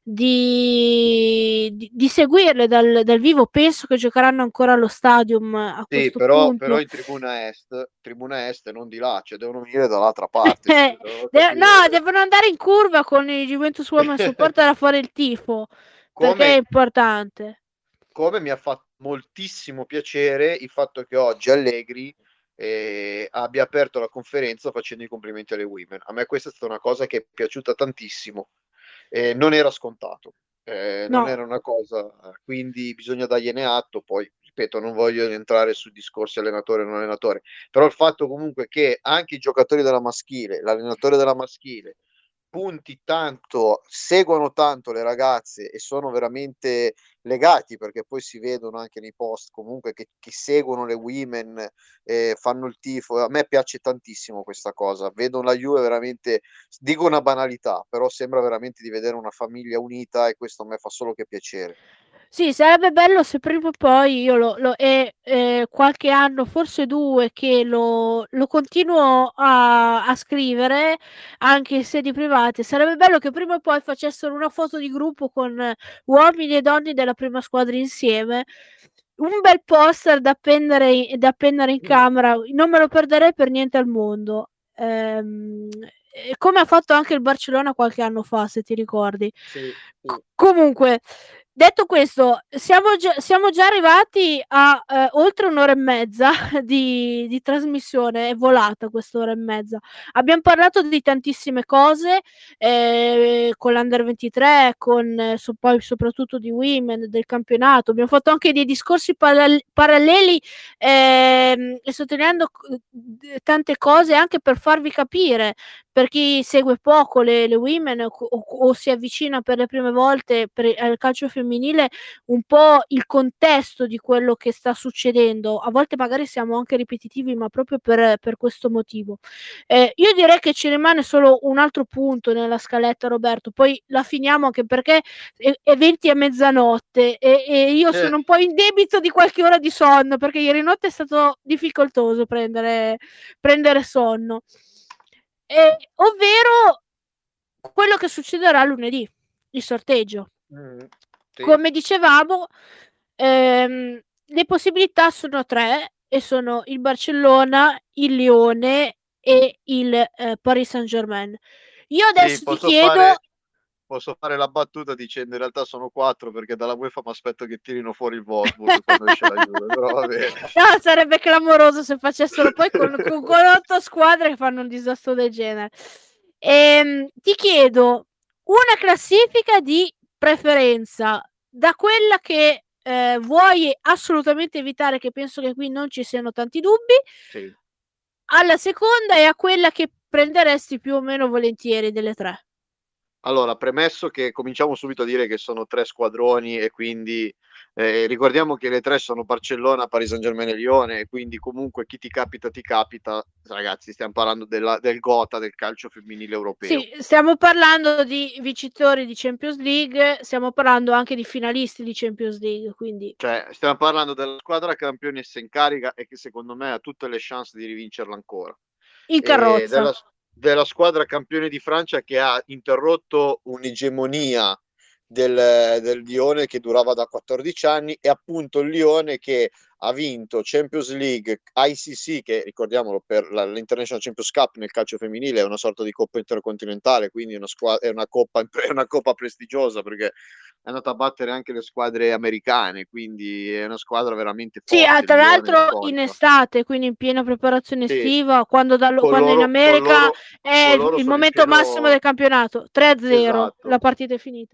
di seguirle dal vivo. Penso che giocheranno ancora allo stadium a Sì, questo però punto. in tribuna est non di là, cioè devono venire dall'altra parte, scusa, devono No, capire devono andare in curva con il Juventus Women Support a fare il tifo perché è come importante. come mi ha fatto moltissimo piacere il fatto che oggi Allegri abbia aperto la conferenza facendo i complimenti alle women. A me questa è stata una cosa che è piaciuta tantissimo, non era scontato, non No. era una cosa, quindi bisogna dargliene atto. Poi, ripeto, non voglio entrare su discorsi allenatore non allenatore, però il fatto comunque che anche i giocatori della maschile, l'allenatore della maschile, punti tanto, seguono tanto le ragazze e sono veramente legati, perché poi si vedono anche nei post comunque che seguono le women, fanno il tifo. A me piace tantissimo questa cosa, vedo la Juve veramente, dico una banalità, però sembra veramente di vedere una famiglia unita e questo a me fa solo che piacere. Sì, sarebbe bello se prima o poi io qualche anno, forse 2, che lo continuo a scrivere anche in sedi private. Sarebbe bello che prima o poi facessero una foto di gruppo con uomini e donne della prima squadra insieme. Un bel poster da appendere in camera, non me lo perderei per niente al mondo. Come ha fatto anche il Barcellona qualche anno fa, se ti ricordi. Sì, sì. Comunque, detto questo, siamo già arrivati a oltre un'ora e mezza di trasmissione, è volata quest'ora e mezza. Abbiamo parlato di tantissime cose con l'Under 23, poi soprattutto di Women, del campionato. Abbiamo fatto anche dei discorsi paralleli e sottolineando tante cose anche per farvi capire, per chi segue poco le women o si avvicina per le prime volte al calcio femminile, un po' il contesto di quello che sta succedendo. A volte magari siamo anche ripetitivi, ma proprio per questo motivo. Io direi che ci rimane solo un altro punto nella scaletta, Roberto, poi la finiamo anche perché è 20 a mezzanotte e io sono un po' in debito di qualche ora di sonno, perché ieri notte è stato difficoltoso prendere sonno. Ovvero quello che succederà lunedì, il sorteggio. Sì. Come dicevamo, le possibilità sono 3 e sono il Barcellona, il Lione e il Paris Saint-Germain. Io adesso Sì, ti chiedo posso fare la battuta dicendo in realtà sono 4 perché dalla UEFA mi aspetto che tirino fuori il Wolfsburg quando esce la Juve, però va bene. No, sarebbe clamoroso se facessero poi con 8 squadre che fanno un disastro del genere. Ti chiedo una classifica di preferenza, da quella che vuoi assolutamente evitare, che penso che qui non ci siano tanti dubbi, Sì. alla seconda e a quella che prenderesti più o meno volentieri delle 3. Allora, premesso che cominciamo subito a dire che sono 3 squadroni e quindi, ricordiamo che le 3 sono Barcellona, Paris Saint-Germain e Lione, e quindi comunque chi ti capita, ti capita. Ragazzi, stiam parlando del GOTA, del calcio femminile europeo. Sì, stiamo parlando di vincitori di Champions League, stiamo parlando anche di finalisti di Champions League, quindi Cioè, stiamo parlando della squadra campionessa in carica e che secondo me ha tutte le chance di rivincerla ancora. in E carrozza. della squadra campione di Francia che ha interrotto un'egemonia del Lione che durava da 14 anni e appunto il Lione che ha vinto Champions League, ICC, che ricordiamolo per l'International Champions Cup nel calcio femminile è una sorta di coppa intercontinentale, quindi è una coppa prestigiosa perché è andata a battere anche le squadre americane, quindi è una squadra veramente Sì, forte, il tra Lione, l'altro in storica. estate, quindi in piena preparazione Sì, estiva, quando in con America loro, è con loro il sono in momento massimo del pieno. campionato. 3-0, la Esatto. partita è finita.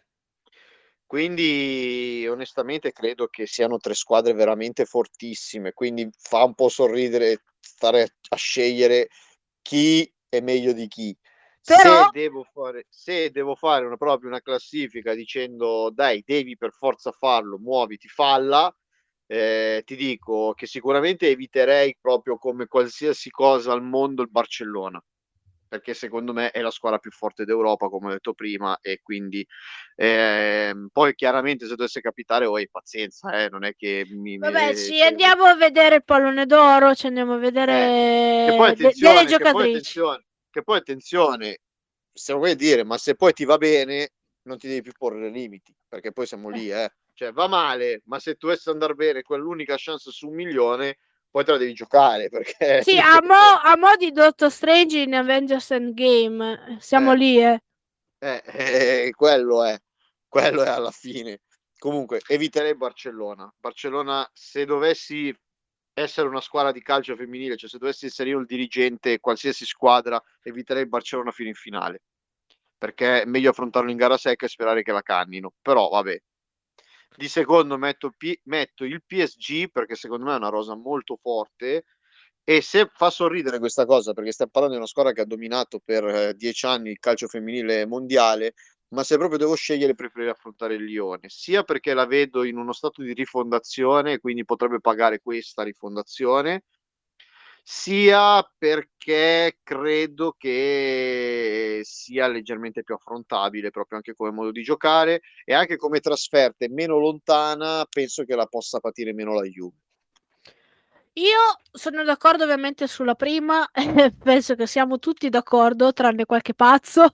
Quindi onestamente credo che siano 3 squadre veramente fortissime, quindi fa un po' sorridere stare a scegliere chi è meglio di chi. Però Se devo fare proprio una classifica dicendo: "Dai, devi per forza farlo, muoviti, falla", ti dico che sicuramente eviterei proprio come qualsiasi cosa al mondo il Barcellona. Perché secondo me è la squadra più forte d'Europa, come ho detto prima, e quindi, poi chiaramente se dovesse capitare voi pazienza, non è che vabbè, ci cioè andiamo a vedere il pallone d'oro, ci andiamo a eh, che poi vedere delle attenzione giocatrici. che poi attenzione, se vuoi dire, ma se poi ti va bene, non ti devi più porre limiti, perché poi siamo lì, eh. Cioè va male, ma se dovesse andar bene quell'unica chance su 1.000.000, poi te la devi giocare perché Sì, ripeto a mo' di Doctor Strange in Avengers Endgame, siamo eh. lì, eh. Quello è alla fine. Comunque, eviterei Barcellona. Barcellona, se dovessi essere una squadra di calcio femminile, cioè se dovessi essere io il dirigente, qualsiasi squadra, eviterei Barcellona fino in finale. Perché è meglio affrontarlo in gara secca e sperare che la cannino. Però, vabbè. Di secondo metto il PSG, perché secondo me è una rosa molto forte. E se fa sorridere questa cosa, perché stiamo parlando di una squadra che ha dominato per 10 anni il calcio femminile mondiale, ma se proprio devo scegliere preferirei affrontare il Lione, sia perché la vedo in uno stato di rifondazione, quindi potrebbe pagare questa rifondazione, sia perché credo che sia leggermente più affrontabile proprio anche come modo di giocare e anche come trasferte meno lontana, penso che la possa patire meno la Juve. Io sono d'accordo ovviamente sulla prima, penso che siamo tutti d'accordo, tranne qualche pazzo,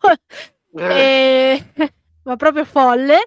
ma proprio folle.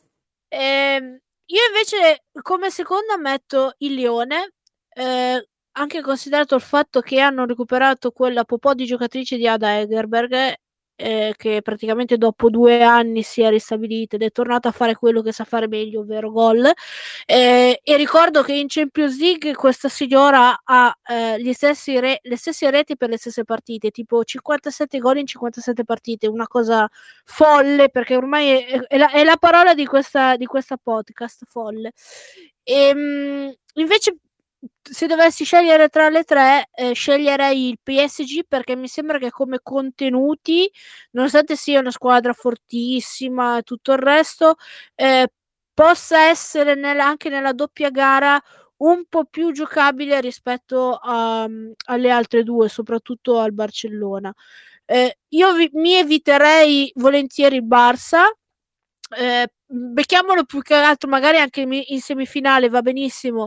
Io invece come seconda metto il Lione, anche considerato il fatto che hanno recuperato quella popò di giocatrice di Ada Hegerberg, che praticamente dopo 2 anni si è ristabilita ed è tornata a fare quello che sa fare meglio, ovvero gol. E ricordo che in Champions League questa signora ha le stesse reti per le stesse partite, tipo 57 gol in 57 partite, una cosa folle, perché ormai è la parola di questa podcast, folle. Invece se dovessi scegliere tra le tre, sceglierei il PSG, perché mi sembra che come contenuti, nonostante sia una squadra fortissima e tutto il resto, possa essere anche nella doppia gara un po' più giocabile rispetto alle altre due, soprattutto al Barcellona. Io mi eviterei volentieri il Barça. Becchiamolo più che altro magari anche in semifinale, va benissimo,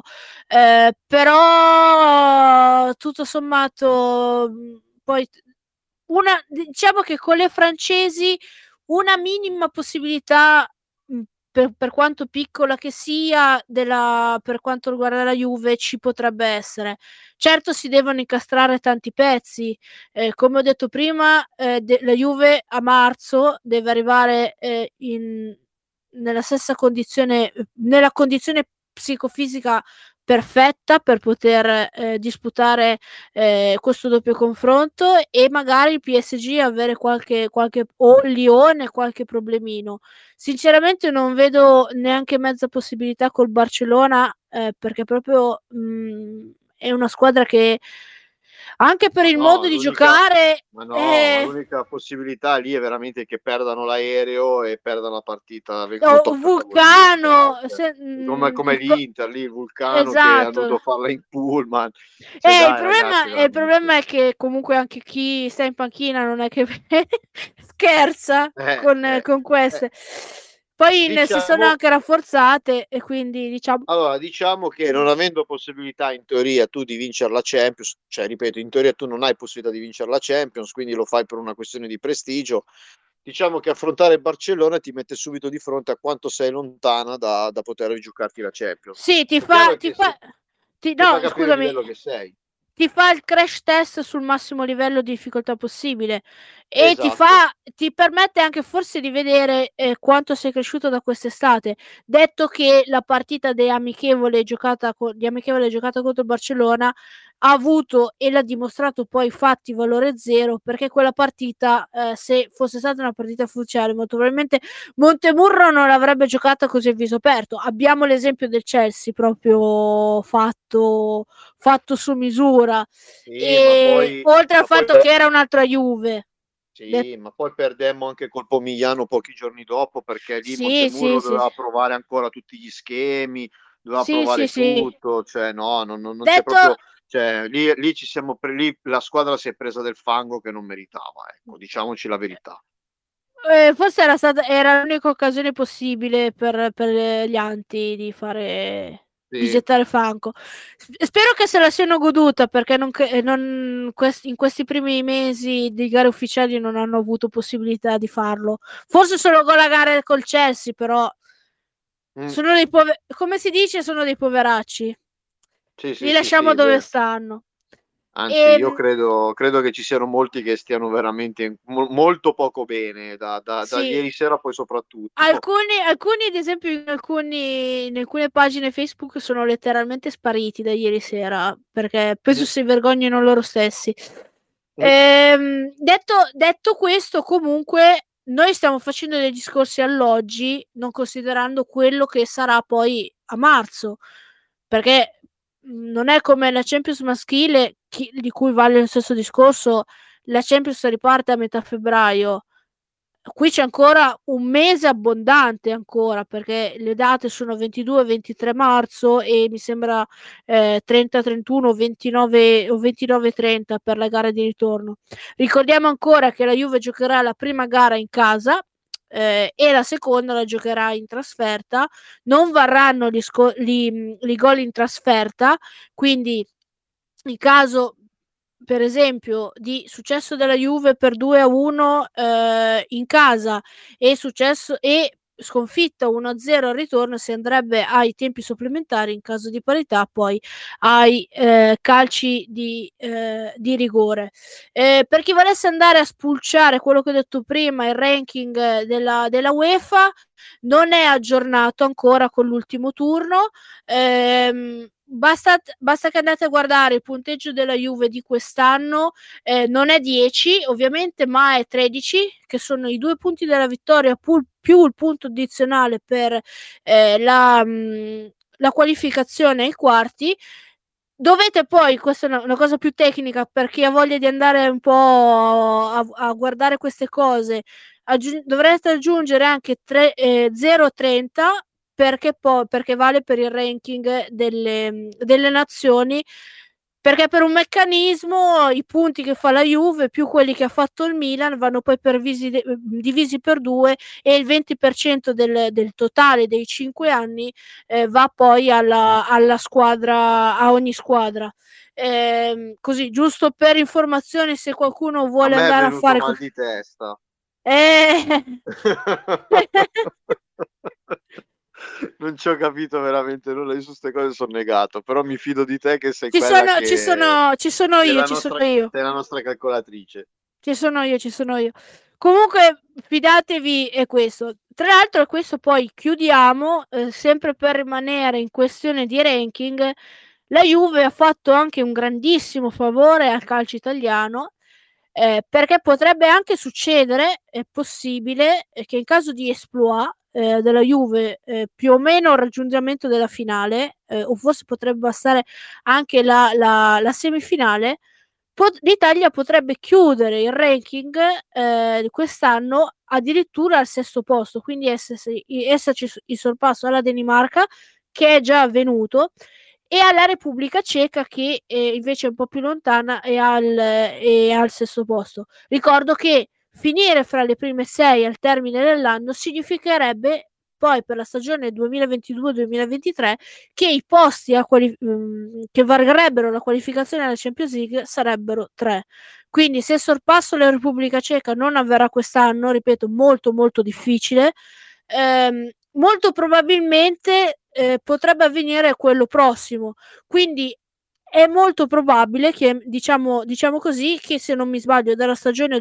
però tutto sommato poi diciamo che con le francesi una minima possibilità, per quanto piccola che sia, per quanto riguarda la Juve ci potrebbe essere. Certo si devono incastrare tanti pezzi, come ho detto prima, la Juve a marzo deve arrivare nella stessa condizione, nella condizione psicofisica perfetta per poter disputare questo doppio confronto, e magari il PSG avere qualche o il Lione qualche problemino. Sinceramente non vedo neanche mezza possibilità col Barcellona, perché proprio è una squadra che anche per il modo di giocare ma l'unica possibilità lì è veramente che perdano l'aereo e perdano la partita Vulcano come l'Inter lì, il Vulcano che hanno esatto. dovuto farla in pullman. Cioè, dai, ragazzi, Il problema è che comunque anche chi sta in panchina non è che scherza con queste. Poi si sono anche rafforzate e quindi diciamo che non avendo possibilità in teoria tu di vincere la Champions, cioè ripeto, in teoria tu non hai possibilità di vincere la Champions, quindi lo fai per una questione di prestigio. Diciamo che affrontare il Barcellona ti mette subito di fronte a quanto sei lontana da poter giocarti la Champions. sì, Ti fa capire il livello che sei. Ti fa il crash test sul massimo livello di difficoltà possibile e Esatto. ti permette anche forse di vedere quanto sei cresciuto da quest'estate, detto che la partita di amichevole giocata contro il Barcellona ha avuto e l'ha dimostrato poi fatti valore zero, perché quella partita, se fosse stata una partita ufficiale, molto probabilmente Montemurro non l'avrebbe giocata così a viso aperto. Abbiamo l'esempio del Chelsea proprio fatto su misura, e oltre al fatto che era un'altra Juve. Sì, ma poi perdemmo anche col Pomigliano pochi giorni dopo, perché lì Sì. doveva provare ancora tutti gli schemi, doveva Sì, provare sì. tutto, cioè no, non c'è proprio, cioè lì ci siamo lì la squadra si è presa del fango che non meritava, ecco, diciamoci la verità. Forse era l'unica occasione possibile per gli Anti di gettare fango. Spero che se la siano goduta, perché in questi primi mesi di gare ufficiali non hanno avuto possibilità di farlo. Forse solo con la gara col Chelsea, però sono come si dice, sono dei poveracci. Li lasciamo dove stanno. Anzi, io credo che ci siano molti che stiano veramente molto poco bene, da Sì, ieri sera poi soprattutto. alcuni ad esempio in alcune pagine Facebook sono letteralmente spariti da ieri sera, perché penso Mm, si vergognino loro stessi. mm, Detto questo, comunque noi stiamo facendo dei discorsi all'oggi, non considerando quello che sarà poi a marzo, perché non è come la Champions maschile, di cui vale lo stesso discorso. La Champions riparte a metà febbraio. Qui c'è ancora un mese abbondante ancora, perché le date sono 22 e 23 marzo e mi sembra 30, 31, 29 o 29 30 per la gara di ritorno. Ricordiamo ancora che la Juve giocherà la prima gara in casa e la seconda la giocherà in trasferta. Non varranno gli gol in trasferta, quindi in caso per esempio di successo della Juve per 2-1 in casa e successo e sconfitta 1-0 al ritorno, si andrebbe ai tempi supplementari, in caso di parità poi ai calci di rigore. Per chi volesse andare a spulciare quello che ho detto prima, il ranking della UEFA non è aggiornato ancora con l'ultimo turno. Basta che andate a guardare il punteggio della Juve di quest'anno, non è 10 ovviamente, ma è 13, che sono i 2 punti della vittoria più il punto addizionale per la qualificazione ai quarti. Dovete poi, questa è una cosa più tecnica per chi ha voglia di andare un po' a guardare queste cose, dovreste aggiungere anche 0,30 perché vale per il ranking delle nazioni, perché per un meccanismo i punti che fa la Juve più quelli che ha fatto il Milan vanno poi divisi per 2 e il 20% del totale dei 5 anni va poi alla squadra, a ogni squadra. Così, giusto per informazione, se qualcuno A vuole me è andare a venuto fare mal di testa. eh... Non ci ho capito veramente nulla, io su queste cose sono negato, però mi fido di te che sei ci quella sono, ci che sono, ci sono sei io, la ci sono nostra, io. sei la nostra calcolatrice. Ci sono io, ci sono io. Comunque, fidatevi, è questo. Tra l'altro, questo poi chiudiamo, sempre per rimanere in questione di ranking. La Juve ha fatto anche un grandissimo favore al calcio italiano, perché potrebbe anche succedere, è possibile, che in caso di exploit della Juve, più o meno il raggiungimento della finale, o forse potrebbe bastare anche la semifinale, l'Italia potrebbe chiudere il ranking di quest'anno addirittura al sesto posto, quindi esserci in sorpasso alla Danimarca, che è già avvenuto, e alla Repubblica Ceca, che invece è un po' più lontana e al sesto posto. Ricordo che finire fra le prime 6 al termine dell'anno significherebbe poi per la stagione 2022-2023 che i posti che varrebbero la qualificazione alla Champions League sarebbero 3. Quindi se il sorpasso alla Repubblica Ceca non avverrà quest'anno, ripeto, molto molto difficile, molto probabilmente potrebbe avvenire quello prossimo. Quindi è molto probabile che, diciamo così, che se non mi sbaglio dalla stagione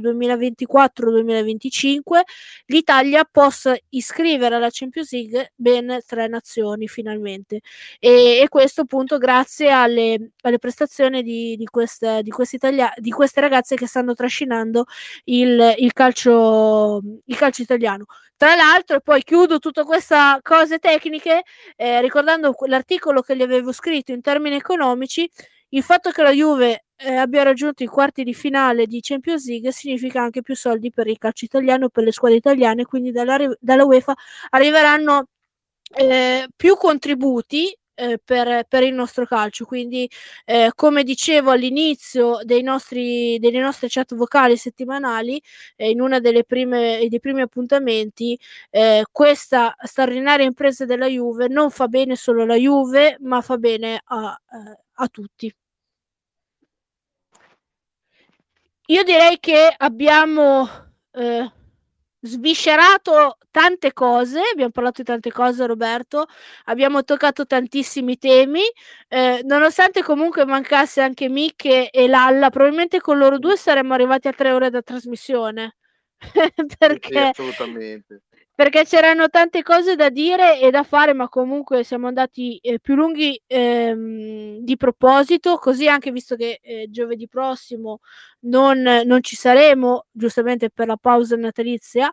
2024-2025 l'Italia possa iscrivere alla Champions League ben 3 nazioni finalmente, e questo appunto grazie alle prestazioni di queste ragazze che stanno trascinando il calcio italiano. Tra l'altro, e poi chiudo tutta questa cose tecniche ricordando l'articolo che gli avevo scritto in termini economici. Il fatto che la Juve abbia raggiunto i quarti di finale di Champions League significa anche più soldi per il calcio italiano, per le squadre italiane, quindi dalla UEFA arriveranno più contributi per il nostro calcio. Quindi, come dicevo all'inizio delle nostre chat vocali settimanali, in una dei primi appuntamenti, questa straordinaria impresa della Juve non fa bene solo alla Juve, ma fa bene a tutti. Io direi che abbiamo sviscerato tante cose, abbiamo parlato di tante cose, Roberto, abbiamo toccato tantissimi temi, nonostante comunque mancasse anche Mick e Lalla, probabilmente con loro due saremmo arrivati a 3 ore da trasmissione. Sì, assolutamente. Perché c'erano tante cose da dire e da fare, ma comunque siamo andati più lunghi di proposito, così anche visto che giovedì prossimo non ci saremo, giustamente per la pausa natalizia.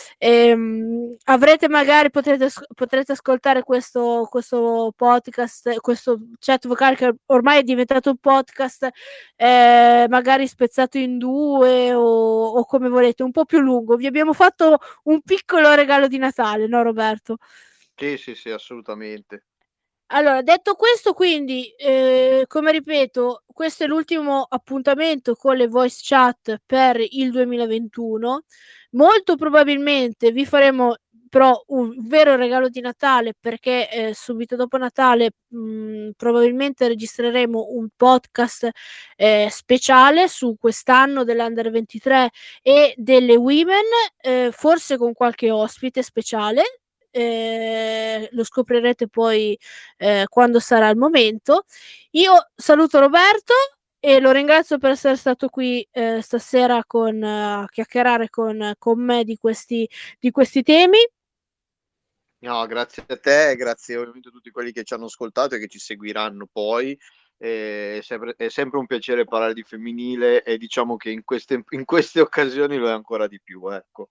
Avrete magari, potrete ascoltare questo podcast, questo chat vocale che ormai è diventato un podcast, magari spezzato in due o come volete, un po' più lungo. Vi abbiamo fatto un piccolo regalo di Natale, no Roberto? Sì, assolutamente. Allora, detto questo, quindi, come ripeto, questo è l'ultimo appuntamento con le voice chat per il 2021. Molto probabilmente vi faremo però un vero regalo di Natale perché subito dopo Natale probabilmente registreremo un podcast speciale su quest'anno dell'Under 23 e delle Women, forse con qualche ospite speciale. Lo scoprirete poi quando sarà il momento. Io saluto Roberto e lo ringrazio per essere stato qui stasera a chiacchierare con me di questi temi. No, grazie a te e grazie ovviamente a tutti quelli che ci hanno ascoltato e che ci seguiranno poi. È sempre un piacere parlare di femminile e diciamo che in queste occasioni lo è ancora di più, ecco.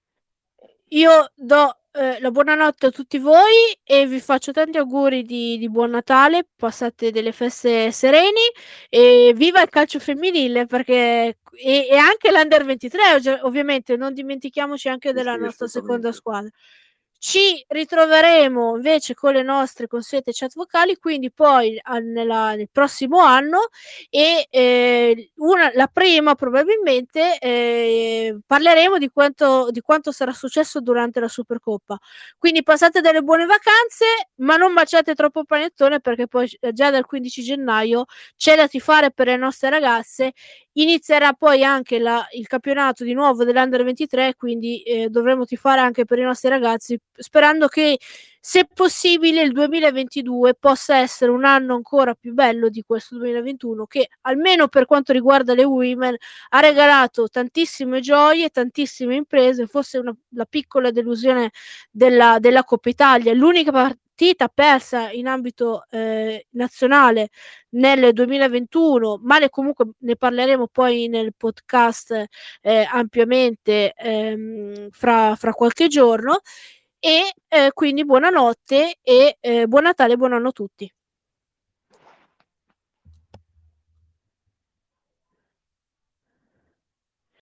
Io do la buonanotte a tutti voi e vi faccio tanti auguri di buon Natale, passate delle feste sereni e viva il calcio femminile perché e anche l'Under 23 ovviamente, non dimentichiamoci anche della Sì, nostra seconda assolutamente. squadra. Ci ritroveremo invece con le nostre consuete chat vocali, quindi poi nel prossimo anno e la prima probabilmente parleremo di quanto sarà successo durante la Supercoppa. Quindi passate delle buone vacanze, ma non baciate troppo il panettone perché poi già dal 15 gennaio c'è da tifare per le nostre ragazze. Inizierà poi anche il campionato di nuovo dell'Under 23, quindi dovremo tifare anche per i nostri ragazzi, sperando che se possibile il 2022 possa essere un anno ancora più bello di questo 2021 che almeno per quanto riguarda le women ha regalato tantissime gioie, tantissime imprese, forse la piccola delusione della Coppa Italia, l'unica partita persa in ambito nazionale nel 2021, ma comunque ne parleremo poi nel podcast ampiamente fra qualche giorno e quindi buonanotte e buon Natale e buon anno a tutti.